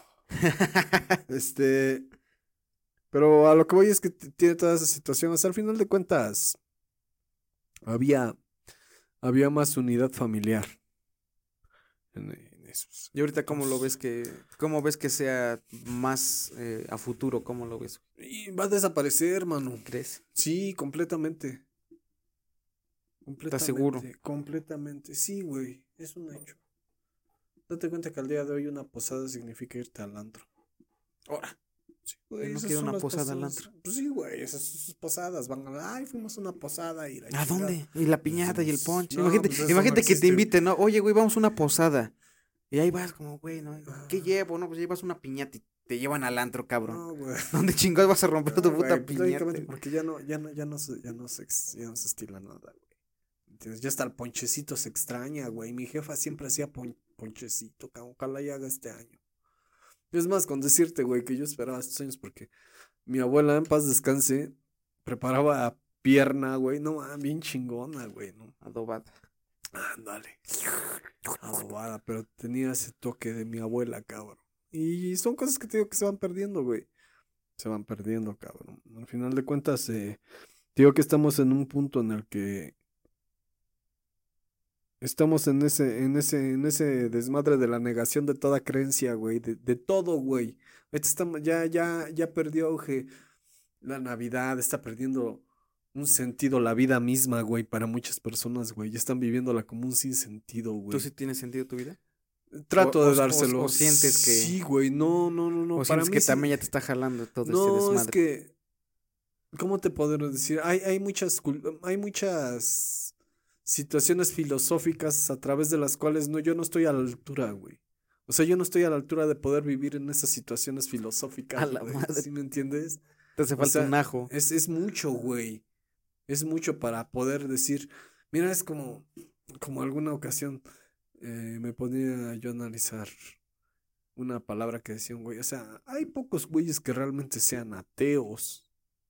Este, pero a lo que voy es que t- tiene toda esa situación. O sea, al final de cuentas, había, había más unidad familiar en, en esos Y ahorita, ¿cómo lo ves tiempos. que, cómo ves que sea más eh, a futuro? ¿Cómo lo ves? Y va a desaparecer, mano. ¿Crees? Sí, completamente. ¿Estás seguro? Completamente, completamente. Sí, güey, es un hecho. Date cuenta que al día de hoy una posada significa irte al antro. Ahora. Sí, Yo güey, no esas quiero son una las posada al posadas. antro. Pues sí, güey, esas, esas posadas van a... Ay, fuimos a una posada y la ¿A chingada. dónde? Y la Pues, piñata y el pues, ponche. no, imagínate pues eso no imagínate que te existe. inviten, ¿no? Oye, güey, vamos a una posada. Y ahí vas como, güey, ¿no? ¿Qué Ah. llevo? No, pues llevas una piñata y te llevan al antro, cabrón. No, güey. ¿Dónde chingados vas a romper No, tu güey, puta pues piñata? lógicamente güey? porque ya no, ya no, ya no se, ya no se, ex- ya no se estila nada, güey. ¿Entiendes? Ya hasta el ponchecito se extraña, güey. Mi jefa siempre hacía pon- ponchecito, cabrón. Ojalá y haga este año. Es más, con decirte, güey, que yo esperaba estos años porque mi abuela, en paz descanse, preparaba pierna, güey. No, ah, bien chingona, güey, ¿no? Adobada. Ándale. Adobada, pero tenía ese toque de mi abuela, cabrón. Y son cosas que te digo que se van perdiendo, güey. Se van perdiendo, cabrón. Al final de cuentas, eh, te digo que estamos en un punto en el que estamos en ese, en ese, en ese desmadre de la negación de toda creencia, güey. De, de todo, güey. Ahorita estamos, ya, ya, ya perdió auge la Navidad, está perdiendo un sentido la vida misma, güey, para muchas personas, güey. Ya están viviéndola como un sinsentido, ¿Tú sí güey. tienes sentido tu vida? Trato O, de o- o- dárselo. o sientes que, Sí, güey, no, no, no, no. o Para sientes mí que sí. también ya te está jalando todo ese No, es desmadre. que, ¿cómo te podré decir? Hay, hay muchas, cul- hay muchas situaciones filosóficas a través de las cuales no, yo no estoy a la altura, güey. O sea, yo no estoy a la altura de poder vivir en esas situaciones A filosóficas, la güey. madre. ¿Sí me entiendes? Te hace O falta un sea, ajo. es, es mucho, güey. Es mucho para poder decir, mira, es como, como alguna ocasión eh, me ponía yo a analizar una palabra que decía un güey. O sea, hay pocos güeyes que realmente sean ateos.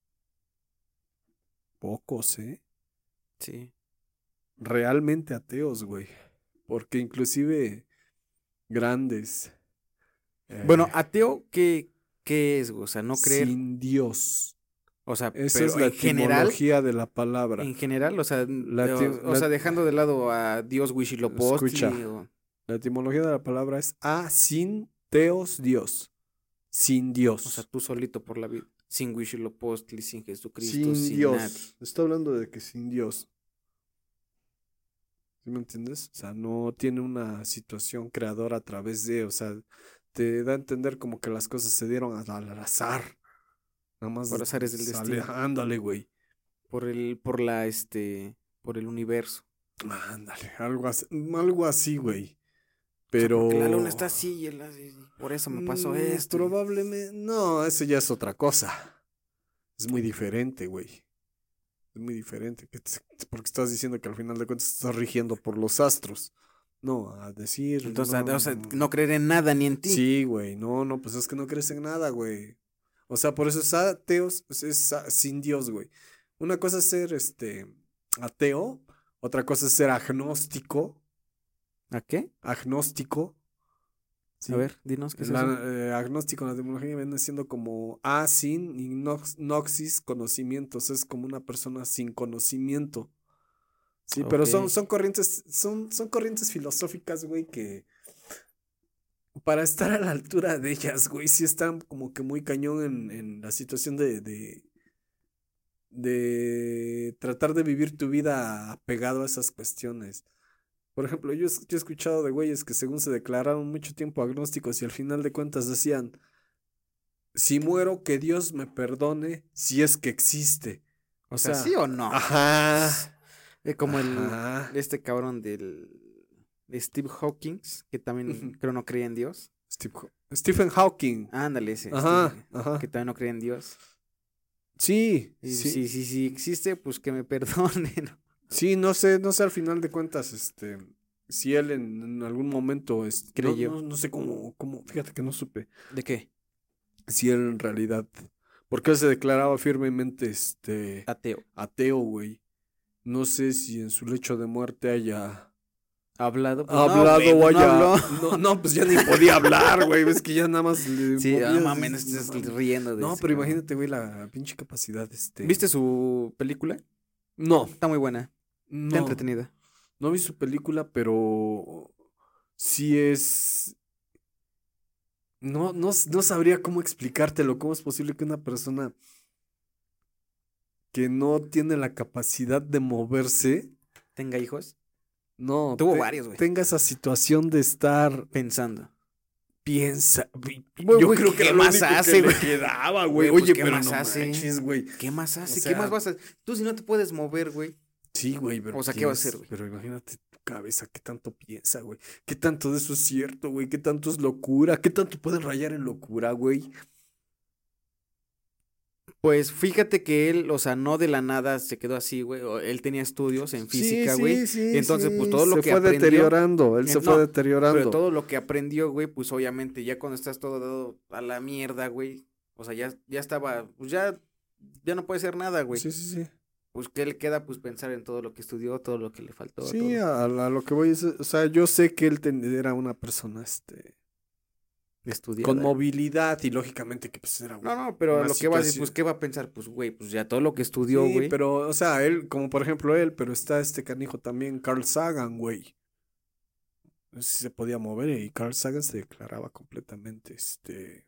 Pocos, ¿eh? Sí. Realmente ateos, güey. Porque inclusive grandes. Bueno, eh, ateo, ¿qué, qué es, güey? O sea, no creer. sin Dios. O sea, Esa es pero la en general, etimología de la palabra. en general, o sea, La, de- eti- o, o la- sea, dejando de lado a Dios escucha, Huitzilopochtli o la etimología de la palabra es a sin teos Dios. Sin o sea, Dios. tú solito por la vida, sin Huitzilopochtli, sin Jesucristo, Sin sin nadie. Dios. Está hablando de que sin Dios. ¿Sí me entiendes? O sea, no tiene una situación creadora a través de, o sea, te da a entender como que las cosas se dieron al, al azar. Nada más Por azares del sale, destino. ándale, güey. Por el, por la, este, por el universo. Ándale, algo así, algo así, güey. O sea, Pero... porque la luna está así y, el- y por eso me pasó Mm, esto. y- Probablemente, no, eso ya es otra cosa. Es muy diferente, güey. Es muy diferente. que te- Porque estás diciendo que al final de cuentas estás rigiendo por los astros. No, a decir. Entonces, no, o sea, no. no creer en nada ni en ti. Sí, güey. No, no, pues es que no crees en nada, güey. O sea, por eso es ateos, es, es a- sin Dios, güey. Una cosa es ser este ateo, otra cosa es ser agnóstico. ¿A qué? Agnóstico. A Sí. ver, dinos qué es La, eso. eh, agnóstico en la etimología viene siendo como a sin y nox- noxis conocimientos. Es como una persona sin conocimiento. Sí, pero son, Ok. son corrientes, son, son corrientes filosóficas, güey, que para estar a la altura de ellas, güey, sí están como que muy cañón en, en la situación de, de, de tratar de vivir tu vida apegado a esas cuestiones. Por ejemplo, yo, es- yo he escuchado de güeyes que según se declararon mucho tiempo agnósticos y al final de cuentas decían, si muero, que Dios me perdone si es que existe. O O sea, sea, ¿sí o no? ajá, Es como el, ajá. este cabrón del de Steve Hawking, que también creo no creía en Dios. Steve Haw- Stephen Hawking. Ándale, ese, Ajá, Steve, ajá. que también no creía en Dios. Sí, Y sí. si, si, si existe, pues que me perdone, ¿no? Sí, no sé, no sé al final de cuentas, este, si él en, en algún momento, este, no, Creyó. no, no sé cómo, cómo, fíjate que no supe ¿De qué? si él en realidad, porque él se declaraba firmemente, este, Ateo. ateo, güey. No sé si en su lecho de muerte haya ¿Hablado? Pues no, hablado güey, o pues no haya, habló. no, no, pues ya ni podía hablar, güey, ves que ya nada más le Sí, ah, movías, mames, dices, estás no mames. riendo de No, ese pero cabrón. imagínate, güey, la pinche capacidad, este. ¿Viste su película? No, Está muy buena, está no, entretenida. no vi su película, pero sí es. No, no, s- no sabría cómo explicártelo. ¿Cómo es posible que una persona que no tiene la capacidad de moverse, ¿Tenga hijos? no, Tuvo te- varios, güey. tenga esa situación de estar, Pensando. piensa, vi- Güey, yo güey, creo ¿qué que era lo más único que hace, le güey? quedaba, güey. Güey, pues, Oye, ¿qué pero más no hace? manches, güey. ¿Qué más hace? O ¿Qué más sea- vas a hacer? Tú si no te puedes mover, güey. Sí, güey, pero O sea, ¿qué va a tienes- hacer, güey? Pero imagínate tu cabeza, qué tanto piensa, güey. Qué tanto de eso es cierto, güey. Qué tanto es locura. Qué tanto pueden rayar en locura, güey. Pues fíjate que él, o sea, no de la nada se quedó así, güey. o- Él tenía estudios en física, sí, güey. sí, sí, Entonces, pues sí, todo lo se que fue aprendió. deteriorando. Él Eh, se no, fue deteriorando. Pero todo lo que aprendió, güey, pues obviamente ya cuando estás todo dado a la mierda, güey. O sea, ya, ya estaba, pues ya, ya no puede ser nada, güey. Sí, sí, sí. Pues ¿qué le queda? Pues pensar en todo lo que estudió, todo lo que le faltó. Sí, todo. a, a lo que voy es, o sea, yo sé que él ten- era una persona, este, Estudiada. con movilidad y lógicamente que pues era No, no, pero a una lo que va a decir, situación- pues, ¿qué va a pensar? Pues, güey, pues ya todo lo que estudió, Sí, güey. pero, o sea, él, como por ejemplo él, pero está este canijo también, Carl Sagan, güey. No sé si se podía mover y Carl Sagan se declaraba completamente, este,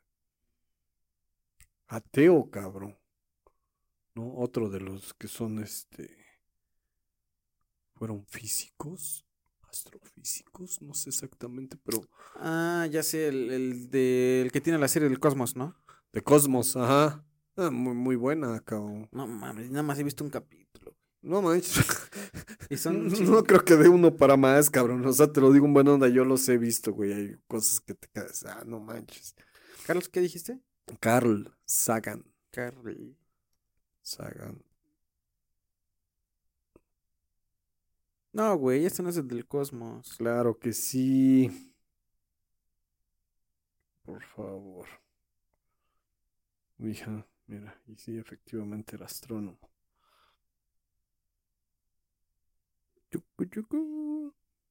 ateo, cabrón. ¿No? Otro de los que son, este, fueron físicos, astrofísicos, no sé exactamente, pero Ah, ya sé, el, el de, el que tiene la serie del Cosmos, ¿no? de Cosmos, ajá. Ah, muy, muy buena, cabrón. No mames, nada más he visto un capítulo. No manches. Y son un No chingo. creo que de uno para más, cabrón. O sea, te lo digo en buena onda, yo los he visto, güey. Hay cosas que te quedas, ah, no manches. Carlos, ¿qué dijiste? Carl Sagan. Carly. Sagan. No, güey, este no es el del Cosmos. Claro que sí. Por favor. Hija, mira, y sí, efectivamente era astrónomo. Chucu, chucu.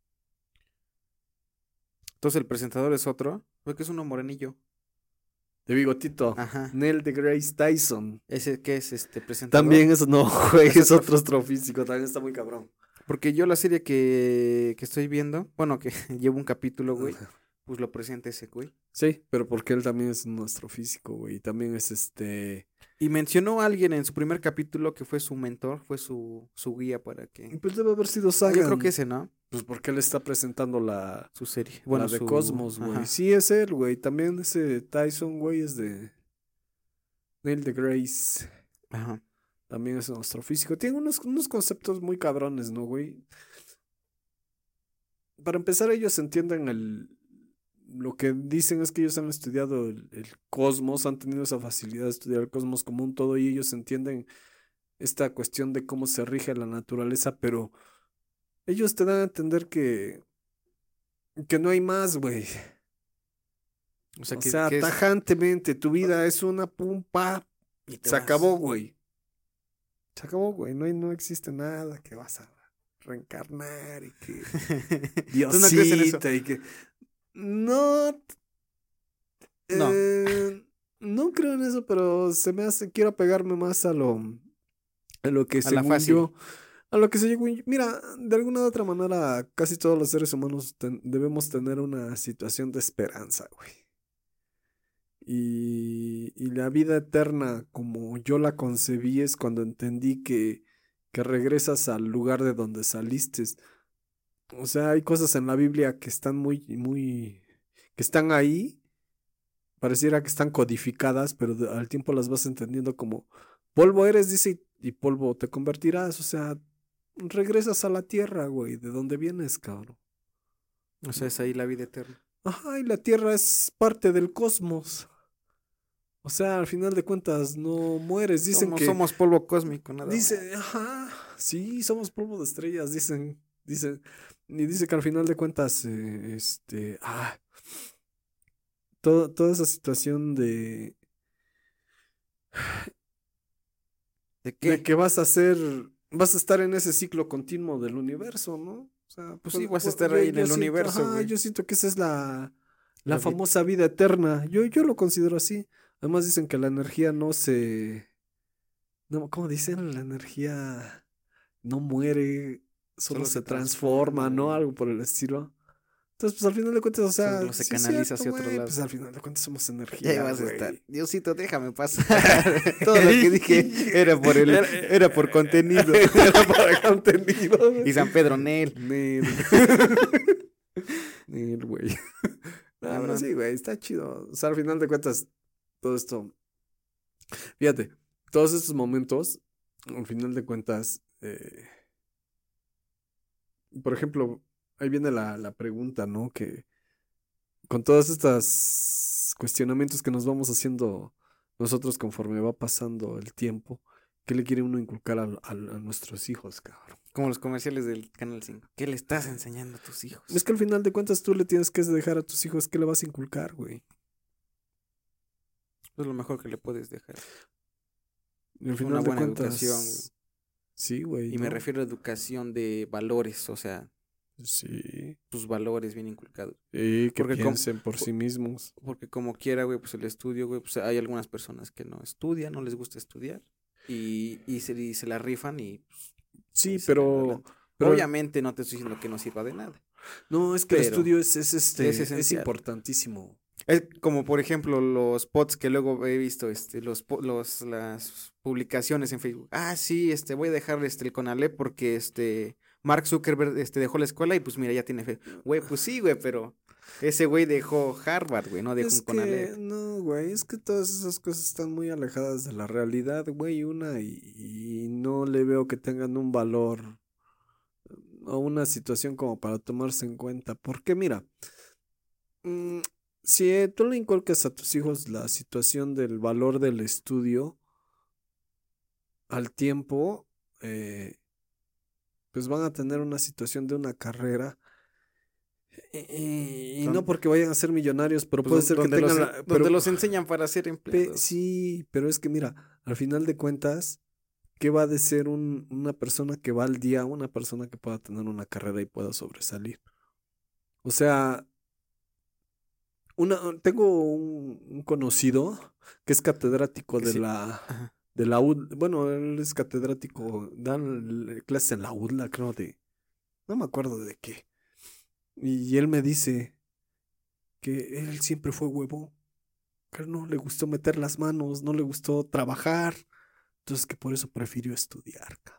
Entonces el presentador es otro. Güey, que es uno morenillo. De bigotito. Ajá. Neil deGrasse Tyson. ¿Ese qué es este presentador? También es, no, güey, Es es otro- otro astrofísico, también está muy cabrón. Porque yo la serie que, que estoy viendo, bueno, que llevo un capítulo, güey. pues lo presenta ese güey. Sí, pero porque él también es un astrofísico, güey. Y también es este. Y mencionó a alguien en su primer capítulo que fue su mentor, fue su, su guía para que... Pues debe haber sido Ah, Sagan. yo creo que ese, ¿no? Pues porque él está presentando la, Su serie. bueno, Bueno, la de su... Cosmos, güey. Ajá. Sí, es él, güey. También ese Tyson, güey, es de Neil deGrasse. Ajá. También es un astrofísico. Tiene unos, unos conceptos muy cabrones, ¿no, güey? Para empezar, ellos entienden el... Lo que dicen es que ellos han estudiado el, el cosmos, han tenido esa facilidad de estudiar el cosmos como un todo y ellos entienden esta cuestión de cómo se rige la naturaleza, pero ellos te dan a entender que, que no hay más, güey. O sea, O que, sea, que es... tajantemente, tu vida es una pumpa, y te se vas. acabó, güey. Se acabó, güey. No, hay, no existe nada que vas a reencarnar y que ¿Tú no crees en eso? Diosita y que... No, No. eh, no creo en eso, pero se me hace, quiero apegarme más a lo, a lo que A la según fácil. yo, a lo que según yo- mira, de alguna u otra manera, casi todos los seres humanos ten- debemos tener una situación de esperanza, güey. Y, y la vida eterna, como yo la concebí, es cuando entendí que, que regresas al lugar de donde saliste. O sea, hay cosas en la Biblia que están muy, muy, que están ahí, pareciera que están codificadas, pero de- al tiempo las vas entendiendo como polvo eres, dice, y, y polvo te convertirás. O sea, regresas a la tierra, güey, de donde vienes, cabrón. O sea, es ahí la vida eterna. Ajá, y la tierra es parte del cosmos. O sea, al final de cuentas no mueres. Dicen Somos, que, somos polvo cósmico, nada más. dice, ajá, sí, somos polvo de estrellas, dicen, dicen, y dice que al final de cuentas, eh, este, ah, todo- toda esa situación de, ¿De de qué? que vas a ser, vas a estar en ese ciclo continuo del universo, ¿no? O sea, Pues pu- sí, vas a pu- estar yo, ahí en yo el siento, universo, ajá, güey. yo siento que esa es la, la La vida. famosa vida eterna. Yo, yo lo considero así. Además dicen que la energía no se, no, ¿cómo dicen? La energía no muere, solo Solo se se transforma, transforma, ¿no? güey. Algo por el estilo. Entonces, pues al final de cuentas, o sea, Solo se sí es canaliza cierto, hacia otro güey, lado. pues al final de cuentas somos Ya energía, vas a estar. güey. Diosito, déjame pasar. Todo lo que dije era por el, era por contenido. Era para contenido, güey. Y San Pedro, Nel. Nel. Nel, güey. No, Ah, pero no. sí, güey, está chido. O sea, al final de cuentas, todo esto. Fíjate, todos estos momentos, al final de cuentas, eh, por ejemplo, ahí viene la, la pregunta, ¿no? Que con todos estos cuestionamientos que nos vamos haciendo nosotros conforme va pasando el tiempo, ¿qué le quiere uno inculcar al- al- a, nuestros hijos, cabrón? Como los comerciales del Canal cinco. ¿Qué le estás enseñando a tus hijos? Es que al final de cuentas tú le tienes que dejar a tus hijos qué le vas a inculcar, güey. Es lo mejor que le puedes dejar. Y al final Una de buena cuentas, educación, güey. sí, güey. Y me ¿no? refiero a educación de valores, o sea, Sí. tus valores bien inculcados. Y que Porque como- piensen por sí mismos. Porque como quiera, güey, pues el estudio, güey, pues hay algunas personas que no estudian, no les gusta estudiar. Y, y, se, y se la rifan y pues, Sí, ahí salen pero, adelante. pero Obviamente no te estoy diciendo que no sirva de nada. no, es que el pero estudio es, es, este, es es esencial. importantísimo. Es como por ejemplo los posts que luego he visto, este, los, po- los las publicaciones en Facebook. Ah, sí, este, voy a dejar este el Conalep porque este Mark Zuckerberg este dejó la escuela y pues mira, ya tiene fe. Güey, pues sí, güey, pero ese güey dejó Harvard, güey, no dejó Es un Conalep. que, no, güey, es que todas esas cosas están muy alejadas de la realidad, güey, una, y, y no le veo que tengan un valor o una situación como para tomarse en cuenta. Porque mira, mm, si eh, tú le inculcas a tus hijos la situación del valor del estudio al tiempo, eh, pues van a tener una situación de una carrera. Y, y- y no Don- porque vayan a ser millonarios, pero Pues, puede don- ser que donde tengan los, la... en- pero- donde los enseñan para ser Pe- empleados. sí, pero es que mira, al final de cuentas, ¿qué va de ser un- una persona que va al día a una persona que pueda tener una carrera y pueda sobresalir? O sea, una, tengo un, un conocido que es catedrático Que de sí. la, Ajá. de la U D, bueno, él es catedrático, dan clases en la U D L A, creo de, no me acuerdo de qué. Y él me dice que él siempre fue huevón, que no le gustó meter las manos, no le gustó trabajar, entonces que por eso prefirió estudiar, cabrón.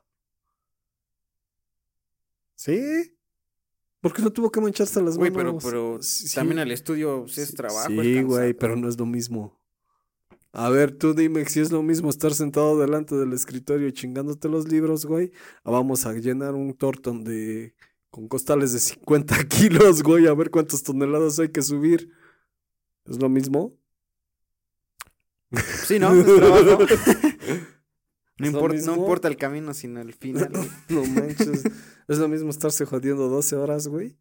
¿Sí? Porque no tuvo que mancharse las Güey, pero, manos. pero Sí, también sí. el estudio pues, es Sí, trabajo. sí, es güey, cansado. pero no es lo mismo. A ver, tú dime si es lo mismo estar sentado delante del escritorio chingándote los libros, güey. O vamos a llenar un tortón de con costales de cincuenta kilos, güey, a ver cuántas toneladas hay que subir. ¿Es lo mismo? Sí, ¿no? Es trabajo. No ¿Es lo importa, no mismo? importa el camino, sino el final, güey. No manches. Es lo mismo estarse jodiendo doce horas, güey,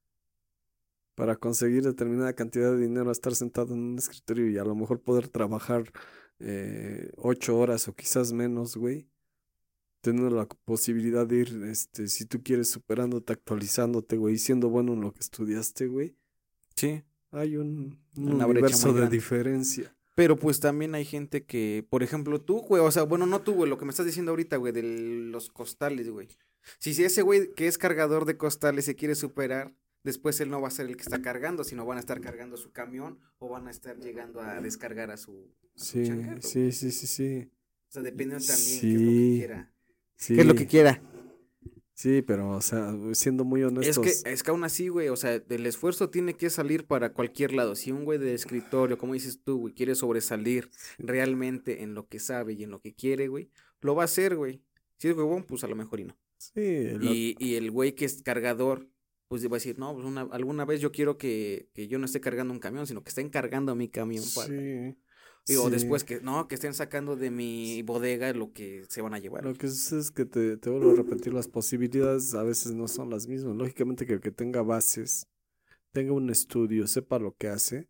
para conseguir determinada cantidad de dinero, a estar sentado en un escritorio y a lo mejor poder trabajar eh, ocho horas o quizás menos, güey. Teniendo la posibilidad de ir, este, si tú quieres, superándote, actualizándote, güey, y siendo bueno en lo que estudiaste, güey. Sí. Hay un, un Una brecha universo muy de grande. diferencia. Pero pues también hay gente que, por ejemplo, tú, güey, o sea, bueno, no tú, güey, lo que me estás diciendo ahorita, güey, de los costales, güey. Si, si ese güey que es cargador de costales se quiere superar, después él no va a ser el que está cargando, sino van a estar cargando su camión o van a estar llegando a descargar a su, a su Sí, changarro, güey. sí, sí, sí, sí. O sea, dependiendo también qué es lo que Sí, quiera. ¿Qué es lo que sí, quiera? sí, pero, o sea, siendo muy Es que, honestos, es que aún así, güey, o sea, el esfuerzo tiene que salir para cualquier lado. Si un güey de escritorio, como dices tú, güey, quiere sobresalir realmente en lo que sabe y en lo que quiere, güey, lo va a hacer, güey. Si es huevón, pues a lo mejor y no. sí, lo- Y, y el güey que es cargador, pues va a decir, no, pues una, alguna vez yo quiero que, que yo no esté cargando un camión, sino que estén cargando mi camión para... sí, Digo, sí. después que, no, que estén sacando de mi bodega lo que se van a llevar. Lo güey. que sucede es que te, te vuelvo a repetir, las posibilidades a veces no son las mismas. Lógicamente que el que tenga bases, tenga un estudio, sepa lo que hace.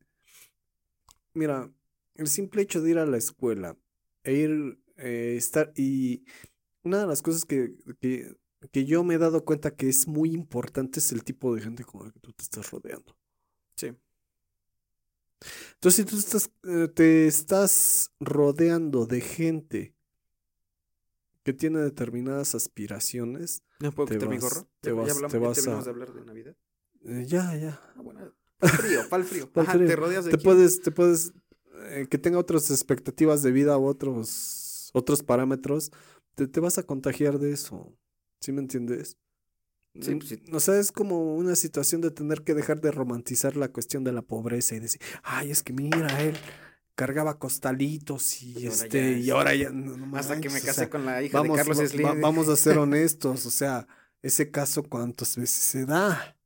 Mira, el simple hecho de ir a la escuela e ir, eh, estar, y una de las cosas que, que, que yo me he dado cuenta que es muy importante es el tipo de gente con la que tú te estás rodeando. Sí. Entonces, si tú estás, eh, te estás rodeando de gente que tiene determinadas aspiraciones, ¿No puedo te quitar mi vas, gorro? te Ya, ya vas, te hablamos, ya vas terminamos a... de hablar de Navidad. eh, ya, ya. Ah, bueno, para el frío, para el frío. Pa'l Ajá, frío. te rodeas de Te quién. puedes, te puedes, eh, que tenga otras expectativas de vida u otros, otros parámetros, te, te vas a contagiar de eso. ¿Sí me entiendes? Sí, Mm, pues sí. O sea, es como una situación de tener que dejar de romantizar la cuestión de la pobreza y decir, ay, es que mira, él cargaba costalitos y Y ahora este, ya y es- ahora ya, no, no Hasta que me manches, o casé sea, con la hija de vamos, Carlos va- Slim. va- vamos a ser honestos, o sea, ese caso cuántas veces se da.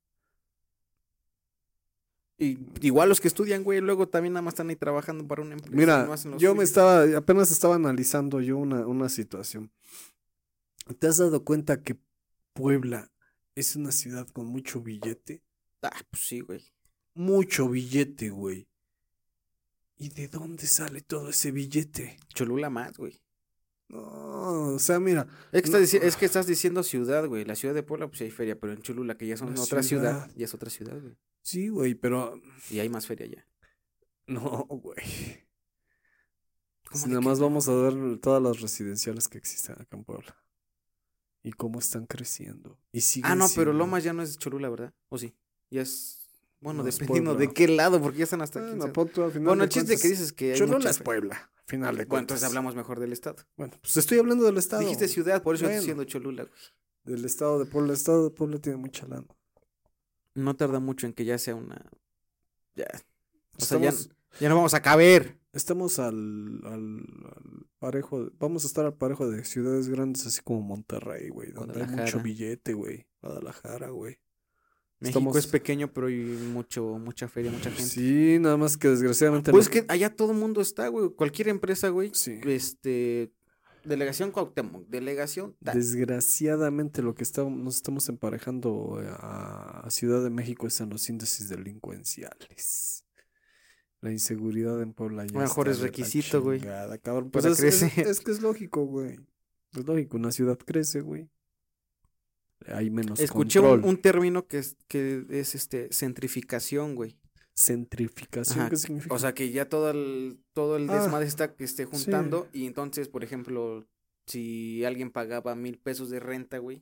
Y igual los que estudian, güey, luego también nada más están ahí trabajando para una empresa y Mira, no hacen lo yo me suyo. estaba, apenas estaba analizando yo una, una situación. ¿Te has dado cuenta que Puebla es una ciudad con mucho billete? Ah, pues sí, güey. Mucho billete, güey. ¿Y de dónde sale todo ese billete? Cholula más, güey. No, o sea, mira, Es que, no, estás, dici- es que estás diciendo ciudad, güey. La ciudad de Puebla, pues sí hay feria, pero en Cholula, que ya son la otra ciudad, ciudad. ya es otra ciudad, güey. Sí, güey, pero Y hay más feria ya. no, güey. ¿Cómo Si de nada que más no? vamos a ver todas las residenciales que existen acá en Puebla y cómo están creciendo y Ah, siguen no, pero siendo. Lomas ya no es Cholula, ¿verdad? ¿O sí? Ya es. Bueno, No, es dependiendo de Puebla. qué lado, porque ya están hasta aquí. Bueno, pon tú, al final Bueno, de el chiste que cuentas, dices que hay Cholula mucha es fe- Puebla, al final de Bueno, entonces cuentas. hablamos mejor del estado. Bueno, pues estoy hablando del estado. Dijiste ciudad, por eso Bueno, estoy diciendo Cholula, güey. del estado de Puebla. El estado de Puebla tiene mucha lana. No tarda mucho en que ya sea una. Ya. O sea, ya, Estamos, ya no vamos a caber. estamos al, al, al parejo, de- vamos a estar al parejo de ciudades grandes así como Monterrey, güey, donde hay mucho Guadalajara. billete, güey. Guadalajara, güey. México Estamos- es pequeño, pero hay mucho, mucha feria, mucha gente. Sí, nada más que desgraciadamente Pues no- que allá todo el mundo está, güey. Cualquier empresa, güey. Sí. Este. Delegación Cuauhtémoc, delegación tal. Desgraciadamente lo que estamos, nos estamos emparejando eh, a, a Ciudad de México es en los índices delincuenciales. La inseguridad en Puebla ya A lo mejor está es de la requisito, güey, chingada, cabrón. Pues para es, es- crecer. es que es lógico, güey. Es lógico, una ciudad crece, güey. Hay menos Escuché un, control. un término que es, que es este centrificación, güey. Centrificación, Ajá, ¿qué significa? O sea que ya todo el, todo el Ah, desmadre está que esté sí. juntando. Y entonces, por ejemplo, si alguien pagaba mil pesos de renta, güey,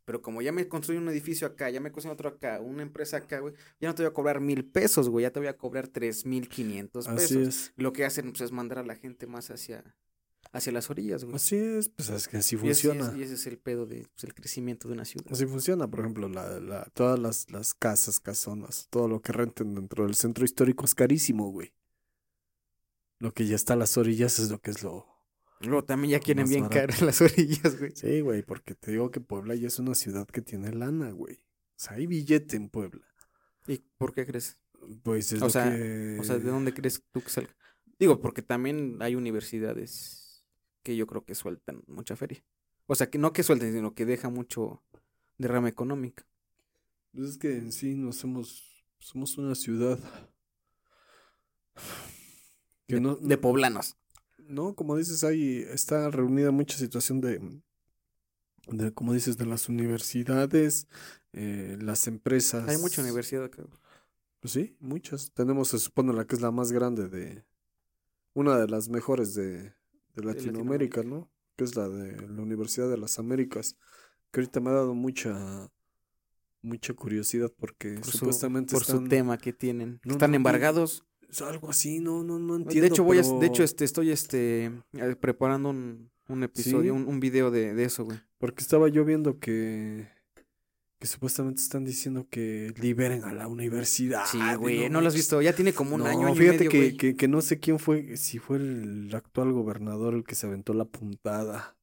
Pero como ya me construí un edificio acá, ya me construí otro acá, una empresa acá, güey, ya no te voy a cobrar mil pesos, güey, ya te voy a cobrar tres mil quinientos Así pesos. es. Lo que hacen, pues, es mandar a la gente más hacia, hacia las orillas, güey. Así es, pues es que así Y ese, es, funciona. y ese es el pedo de, pues, el crecimiento de una ciudad. Así funciona, por ejemplo, la, la, todas las, las casas, casonas, todo lo que renten dentro del centro histórico es carísimo, güey. Lo que ya está a las orillas es lo que es lo Luego también ya quieren más bien barato. caer en las orillas, güey. Sí, güey, porque te digo que Puebla ya es una ciudad que tiene lana, güey. O sea, hay billete en Puebla. ¿Y por qué crees? Pues es O lo sea, que... o sea, ¿de dónde crees tú que salga? Digo, porque también hay universidades que yo creo que sueltan mucha feria. O sea, que no que suelten, sino que deja mucho derrama económica. Pues es que en sí no somos, somos una ciudad que De, no, de poblanos. no, como dices, ahí está reunida mucha situación de, de, como dices, de las universidades, eh, las empresas. Hay mucha universidad acá, güey. Pues sí, muchas. Tenemos, se supone, la que es la más grande de, una de las mejores de, de de Latinoamérica, Latinoamérica. ¿no? Que es la de la Universidad de las Américas, que ahorita me ha dado mucha, mucha curiosidad porque Por su, supuestamente por su están, tema que tienen. no, Están no, no, embargados. es algo así, no, no, no De entiendo, hecho, voy a, de hecho, pero este, estoy este eh, preparando un, un episodio, sí, un, un video de, de eso, güey. porque estaba yo viendo que, que supuestamente están diciendo que liberen a la universidad. Sí, y güey, no no lo has manches. visto. Ya tiene como un año, No, año y fíjate medio, que, güey. que, que no sé quién fue, si fue el actual gobernador el que se aventó la puntada.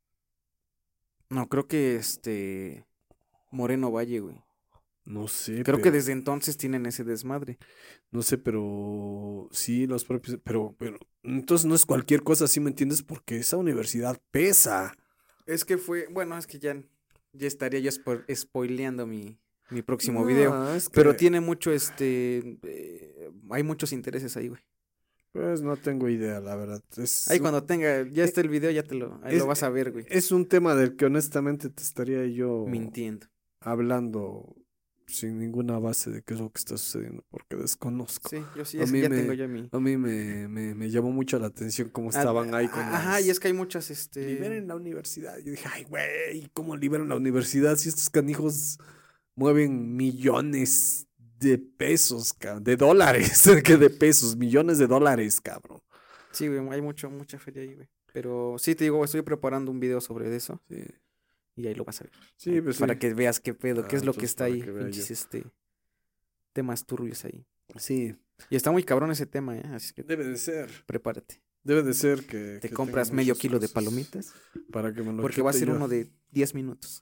No, creo que este Moreno Valle, güey. No sé, Creo que pero, desde entonces tienen ese desmadre. no sé, pero sí, los propios, pero, pero, entonces no es cualquier cosa, ¿sí me entiendes? Porque esa universidad pesa. Es que fue, bueno, es que ya, ya estaría yo spo- spoileando mi, mi próximo video. No, es Pero que, tiene mucho, este, eh, hay muchos intereses ahí, güey. pues no tengo idea, la verdad. Es, Ahí un- cuando tenga, ya e- está el video, ya te lo, ahí es, lo vas a ver, güey. es un tema del que honestamente te estaría yo Mintiendo. hablando sin ninguna base de qué es lo que está sucediendo, porque desconozco. Sí, yo sí, A es que mí ya tengo me, ya mi... a mí me, me, me llamó mucho la atención cómo Ah, estaban ahí con ah, Ajá, y las... es que hay muchas, este... Liberen la universidad. Yo dije, ay, güey, ¿cómo liberan la universidad si estos canijos mueven millones de pesos, cabrón? De dólares, que de pesos, millones de dólares, cabrón. Sí, güey, hay mucho, mucha feria ahí, güey. Pero sí, te digo, estoy preparando un video sobre eso Sí, y ahí lo vas a ver. sí, pues Para sí. que veas qué pedo, qué Ah, es lo que entonces está para ahí, que vea pinches, yo. este, temas turbios ahí. Sí, Y está muy cabrón ese tema, ¿eh? Así que debe de ser. prepárate. Debe de ser que, Te que compras tenga medio muchas kilo de cosas palomitas para que me lo porque va a chute ser yo. uno de diez minutos.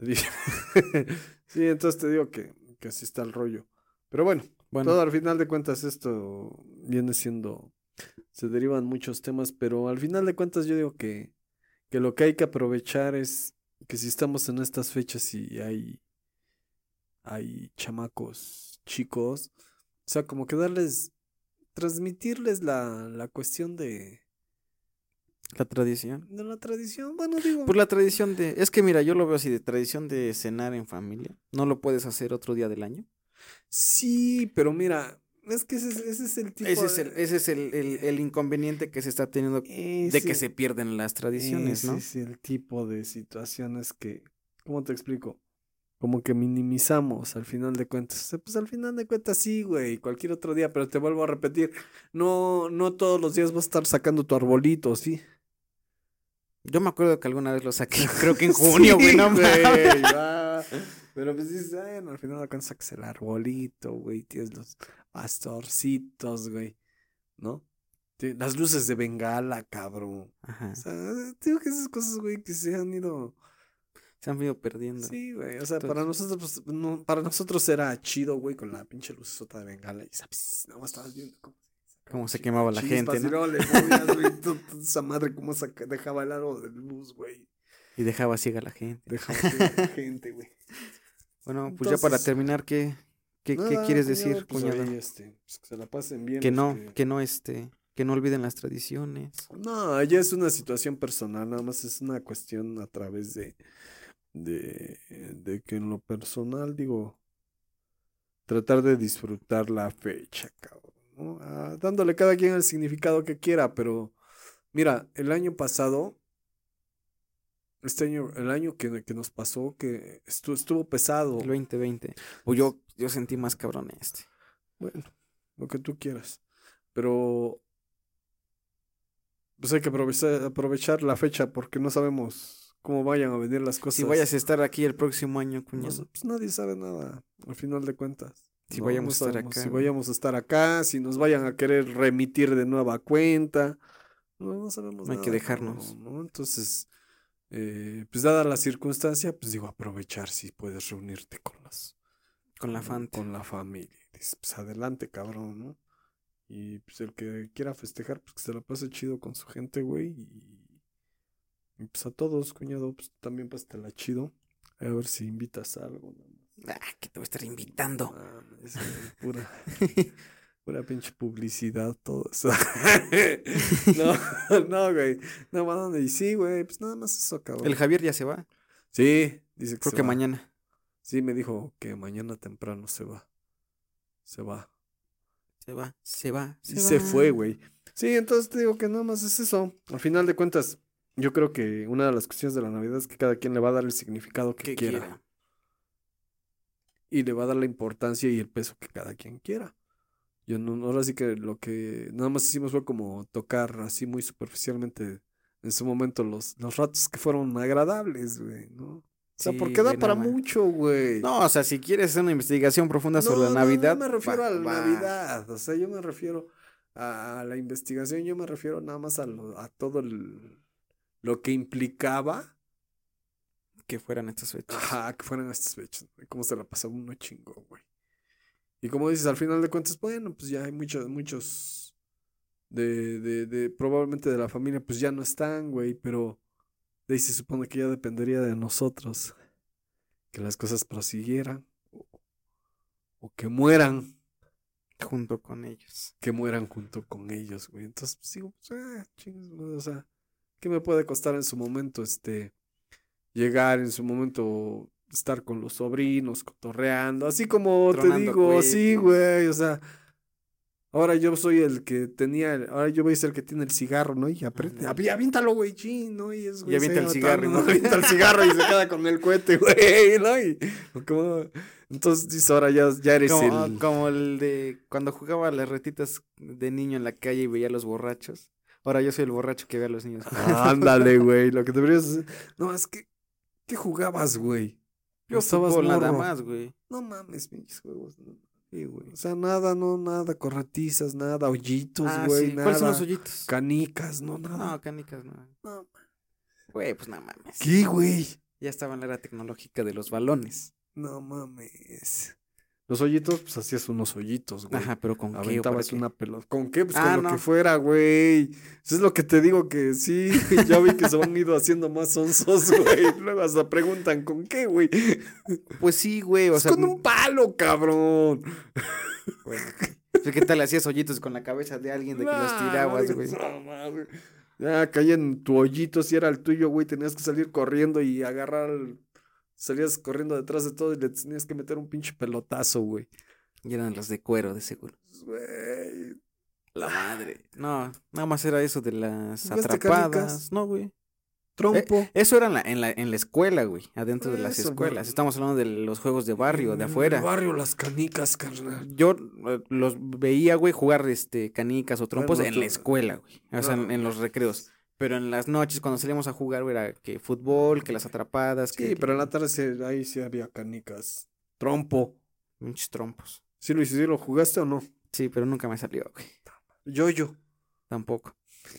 Sí, entonces te digo que, que así está el rollo. Pero bueno, Bueno, todo al final de cuentas esto viene siendo, se derivan muchos temas, pero al final de cuentas yo digo que, que lo que hay que aprovechar es que si estamos en estas fechas y hay, hay chamacos chicos, o sea, como que darles, transmitirles la, la cuestión de, la tradición. de la tradición, bueno, digo, Pues la tradición de... Es que mira, yo lo veo así, de tradición de cenar en familia. No lo puedes hacer otro día del año. sí, pero mira, es que ese, es- ese es el tipo Ese es de... el, ese es el, el, el inconveniente que se está teniendo de que Ese, se pierden las tradiciones, ese ¿no? es el tipo de situaciones que, ¿cómo te explico? Como que minimizamos al final de cuentas. O sea, pues al final de cuentas sí, güey, cualquier otro día, pero te vuelvo a repetir, no, no todos los días vas a estar sacando tu arbolito, ¿sí? Yo me acuerdo que alguna vez lo saqué, creo que en junio, güey, Sí, no güey, mames. va. Pero pues dices, bueno, al final de cuentas sacas el arbolito, güey, tienes los pastorcitos, güey, ¿no? Ti- Las luces de Bengala, cabrón. Ajá, O sea, digo que esas cosas, güey, que se han ido. se han ido perdiendo. Sí, güey. O sea, para Entonces, nosotros, pues, no, para nosotros era chido, güey, con la pinche lucesota de Bengala. Y sabes, nada más estabas viendo cómo se cómo se chi- quemaba la chispas, gente, y ¿no? luego le movías, güey, to- to- esa madre cómo saca- dejaba el aro de luz, güey. Y dejaba ciega a la gente. Dejaba ciega a la gente, güey. Bueno, pues ya para Entonces, terminar, ¿qué, qué, qué nada, quieres cuñado, decir, pues cuñado? ahí, este, pues, que se la pasen bien. Que los no, que- que no, este, que no olviden las tradiciones. No, ya es una situación personal, nada más es una cuestión a través de, de, de que en lo personal, digo, tratar de disfrutar la fecha, cabrón, ¿no? Ah, dándole cada quien el significado que quiera, pero mira, el año pasado Este año, el año que, que nos pasó, que estuvo, estuvo pesado. El veinte veinte. Pues yo, yo sentí más cabrón este. Bueno, lo que tú quieras. Pero pues hay que aprovechar, aprovechar la fecha porque no sabemos cómo vayan a venir las cosas. Si vayas a estar aquí el próximo año, No cuñado. sé, pues nadie sabe nada, al final de cuentas. Si No, vayamos no a estar sabemos acá, si güey. vayamos a estar acá, si nos vayan a querer remitir de nueva cuenta. No, no sabemos No hay que nada, dejarnos. cabrón, ¿no? Entonces, eh, pues dada la circunstancia, pues digo, aprovechar si puedes reunirte con las, Con la con, Fanta. con la familia. Dices, pues adelante, cabrón, ¿no? Y pues el que quiera festejar, pues que se la pase chido con su gente, güey. Y, y, pues a todos, cuñado, pues también pásatela chido. A ver si invitas a algo, nada más. Ah, que te voy a estar invitando. Mames, güey, pura, pura pinche publicidad, todo eso. No, no, güey. No, ¿dónde? Y sí, güey, pues nada más eso, cabrón. El Javier ya se va. Sí, dice que Creo se que va. mañana. Sí, me dijo que mañana temprano se va. Se va. Se va, se va, Y se se va. fue, güey. Sí, entonces te digo que nada más es eso. Al final de cuentas, yo creo que una de las cuestiones de la Navidad es que cada quien le va a dar el significado que Que quiera. quiera. Y le va a dar la importancia y el peso que cada quien quiera. Yo no, ahora sí que lo que nada más hicimos fue como tocar así muy superficialmente en su momento los, los ratos que fueron agradables, güey, ¿no? O sea, Sí, porque da güey, para nada más. mucho, güey. No, o sea, si quieres hacer una investigación profunda sobre No, la no, no Navidad, me refiero va, a la va. Navidad. O sea, yo me refiero a, a la investigación, yo me refiero nada más a, lo- a todo el- lo que implicaba. Que fueran estas fechas. Ajá, que fueran estas fechas, güey. Cómo se la pasaba uno chingón, güey. Y como dices, al final de cuentas, bueno, pues ya hay muchos, muchos de, de, de, probablemente de la familia, pues ya no están, güey, pero de ahí se supone que ya dependería de nosotros que las cosas prosiguieran o, o que mueran, Junto con ellos. que mueran junto con ellos, güey. Entonces, pues digo, pues, ah, chingues, madre, o sea, ¿qué me puede costar en su momento, este, llegar en su momento, estar con los sobrinos, cotorreando, así como te Tronando digo, sí, cohetes. güey, o sea. Ahora yo soy el que tenía, el- ahora yo voy a ser el que tiene el cigarro, ¿no? Y aprieta, Ándale. avi- aviéntalo, güey, chin, ¿no? Y es, Y güey, avienta se el cigarro, ¿no? ¿no? Avienta el cigarro y se queda con el cohete, güey, ¿no? Y, como- entonces dices, ahora ya, ya eres Como, ah, el... como el de cuando jugaba a las retitas de niño en la calle y veía a los borrachos. Ahora yo soy el borracho que ve a los niños. Ándale, güey, lo que deberías hacer. No, es que, ¿qué jugabas, güey? Yo No estabas fútbol nada morro. más, güey. No mames, pinches juegos, no. Sí, güey. O sea, nada, no, nada, corretizas, nada, hoyitos, Ah, güey, sí. ¿Cuáles son los nada, hoyitos? canicas, no, nada. No, canicas no. No. Güey, pues no mames. ¿Qué, güey? Ya estaba en la era tecnológica de los balones. No mames. Los hoyitos, pues hacías unos hoyitos, güey. Ajá, pero ¿con qué o para Aventabas qué? una pelota. ¿Con qué? Pues Ah, con lo no. que fuera, güey. Eso es lo que te digo que sí. Ya vi que se han ido haciendo más sonsos, güey. Luego hasta preguntan, ¿con qué, güey? Pues sí, güey, o Pues sea, con un palo, cabrón. bueno, pues, ¿qué tal hacías hoyitos con la cabeza de alguien de que los Nah, tirabas, güey? no, mames. Ya caía en tu hoyito, si era el tuyo, güey. Tenías que salir corriendo y agarrar. el- Salías corriendo detrás de todo y le tenías que meter un pinche pelotazo, güey. Y eran los de cuero, de seguro. Güey. La madre. No, nada más era eso de las ¿Jugaste atrapadas. canicas? No, güey. Trompo. Eso era en la, en la, en la escuela, güey. Adentro de las Eso, escuelas. güey. Estamos hablando de los juegos de barrio, de En afuera. el barrio, las canicas, carnal. Yo eh, los veía, güey, jugar este canicas o trompos Bueno, en la tú- escuela, güey. O sea, en, No. en los recreos. Pero en las noches, cuando salíamos a jugar, güey, era que fútbol, que las atrapadas, que, Sí, que pero en la tarde sí- ahí sí había canicas. Trompo. muchos trompos. ¿Sí lo, sí lo jugaste o no? Sí, pero nunca me salió, güey. Yo-yo. Tampoco.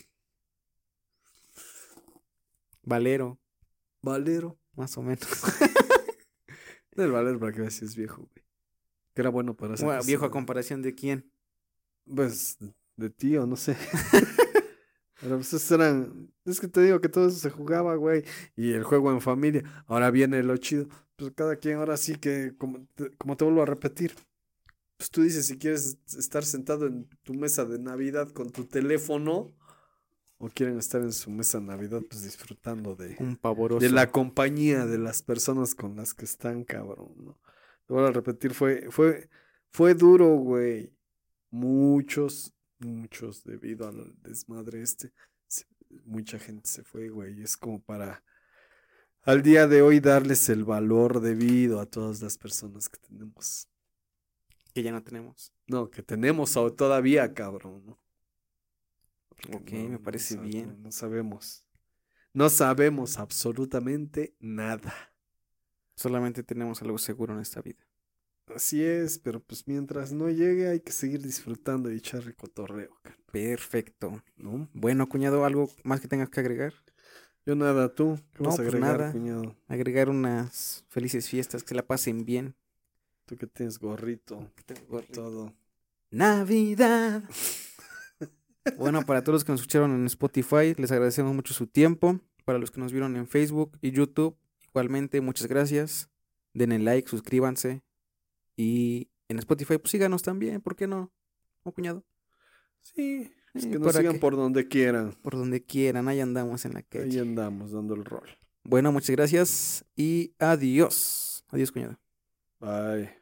Valero, Valero. más o menos. El Valero para que veas si es viejo, güey. Que era bueno para hacer. Bueno, cosas, viejo a güey. comparación de quién. Pues de tío, no sé. Pero pues esos eran. Es que te digo que todo eso se jugaba, güey. Y el juego en familia. Ahora viene lo chido. Pues cada quien ahora sí que, como te, como te vuelvo a repetir. Pues tú dices si quieres estar sentado en tu mesa de Navidad con tu teléfono. O quieren estar en su mesa de Navidad, pues disfrutando de, Un pavoroso. de la compañía de las personas con las que están, cabrón, ¿no? Te vuelvo a repetir, fue, fue, fue duro, güey. Muchos, muchos, debido al desmadre este, se- mucha gente se fue, güey. Es como para, al día de hoy darles el valor debido a todas las personas que tenemos. Que ya no tenemos. No, que tenemos au- todavía, cabrón, ¿no? Porque Ok, no- me no parece sab- bien. No sabemos. No sabemos absolutamente nada. Solamente tenemos algo seguro en esta vida. Así es, pero pues mientras no llegue hay que seguir disfrutando y echar el cotorreo, ca- Perfecto. ¿no? Bueno, cuñado, ¿algo más que tengas que agregar? Yo nada, ¿tú? ¿Qué No, vas a pues agregar, nada. cuñado? Agregar unas felices fiestas, que se la pasen bien. Tú que tienes gorrito, Que tengan gorrito. todo. Navidad. Bueno, para todos los que nos escucharon en Spotify, les agradecemos mucho su tiempo. Para los que nos vieron en Facebook y YouTube, igualmente, muchas gracias. Denle like, suscríbanse. Y en Spotify, pues síganos también, ¿por qué no? ¿No, cuñado? Sí, es Eh, que nos para sigan que- por donde quieran. Por donde quieran, ahí andamos en la Ahí calle. andamos dando el rol. Bueno, muchas gracias y adiós. Adiós, cuñado. Bye.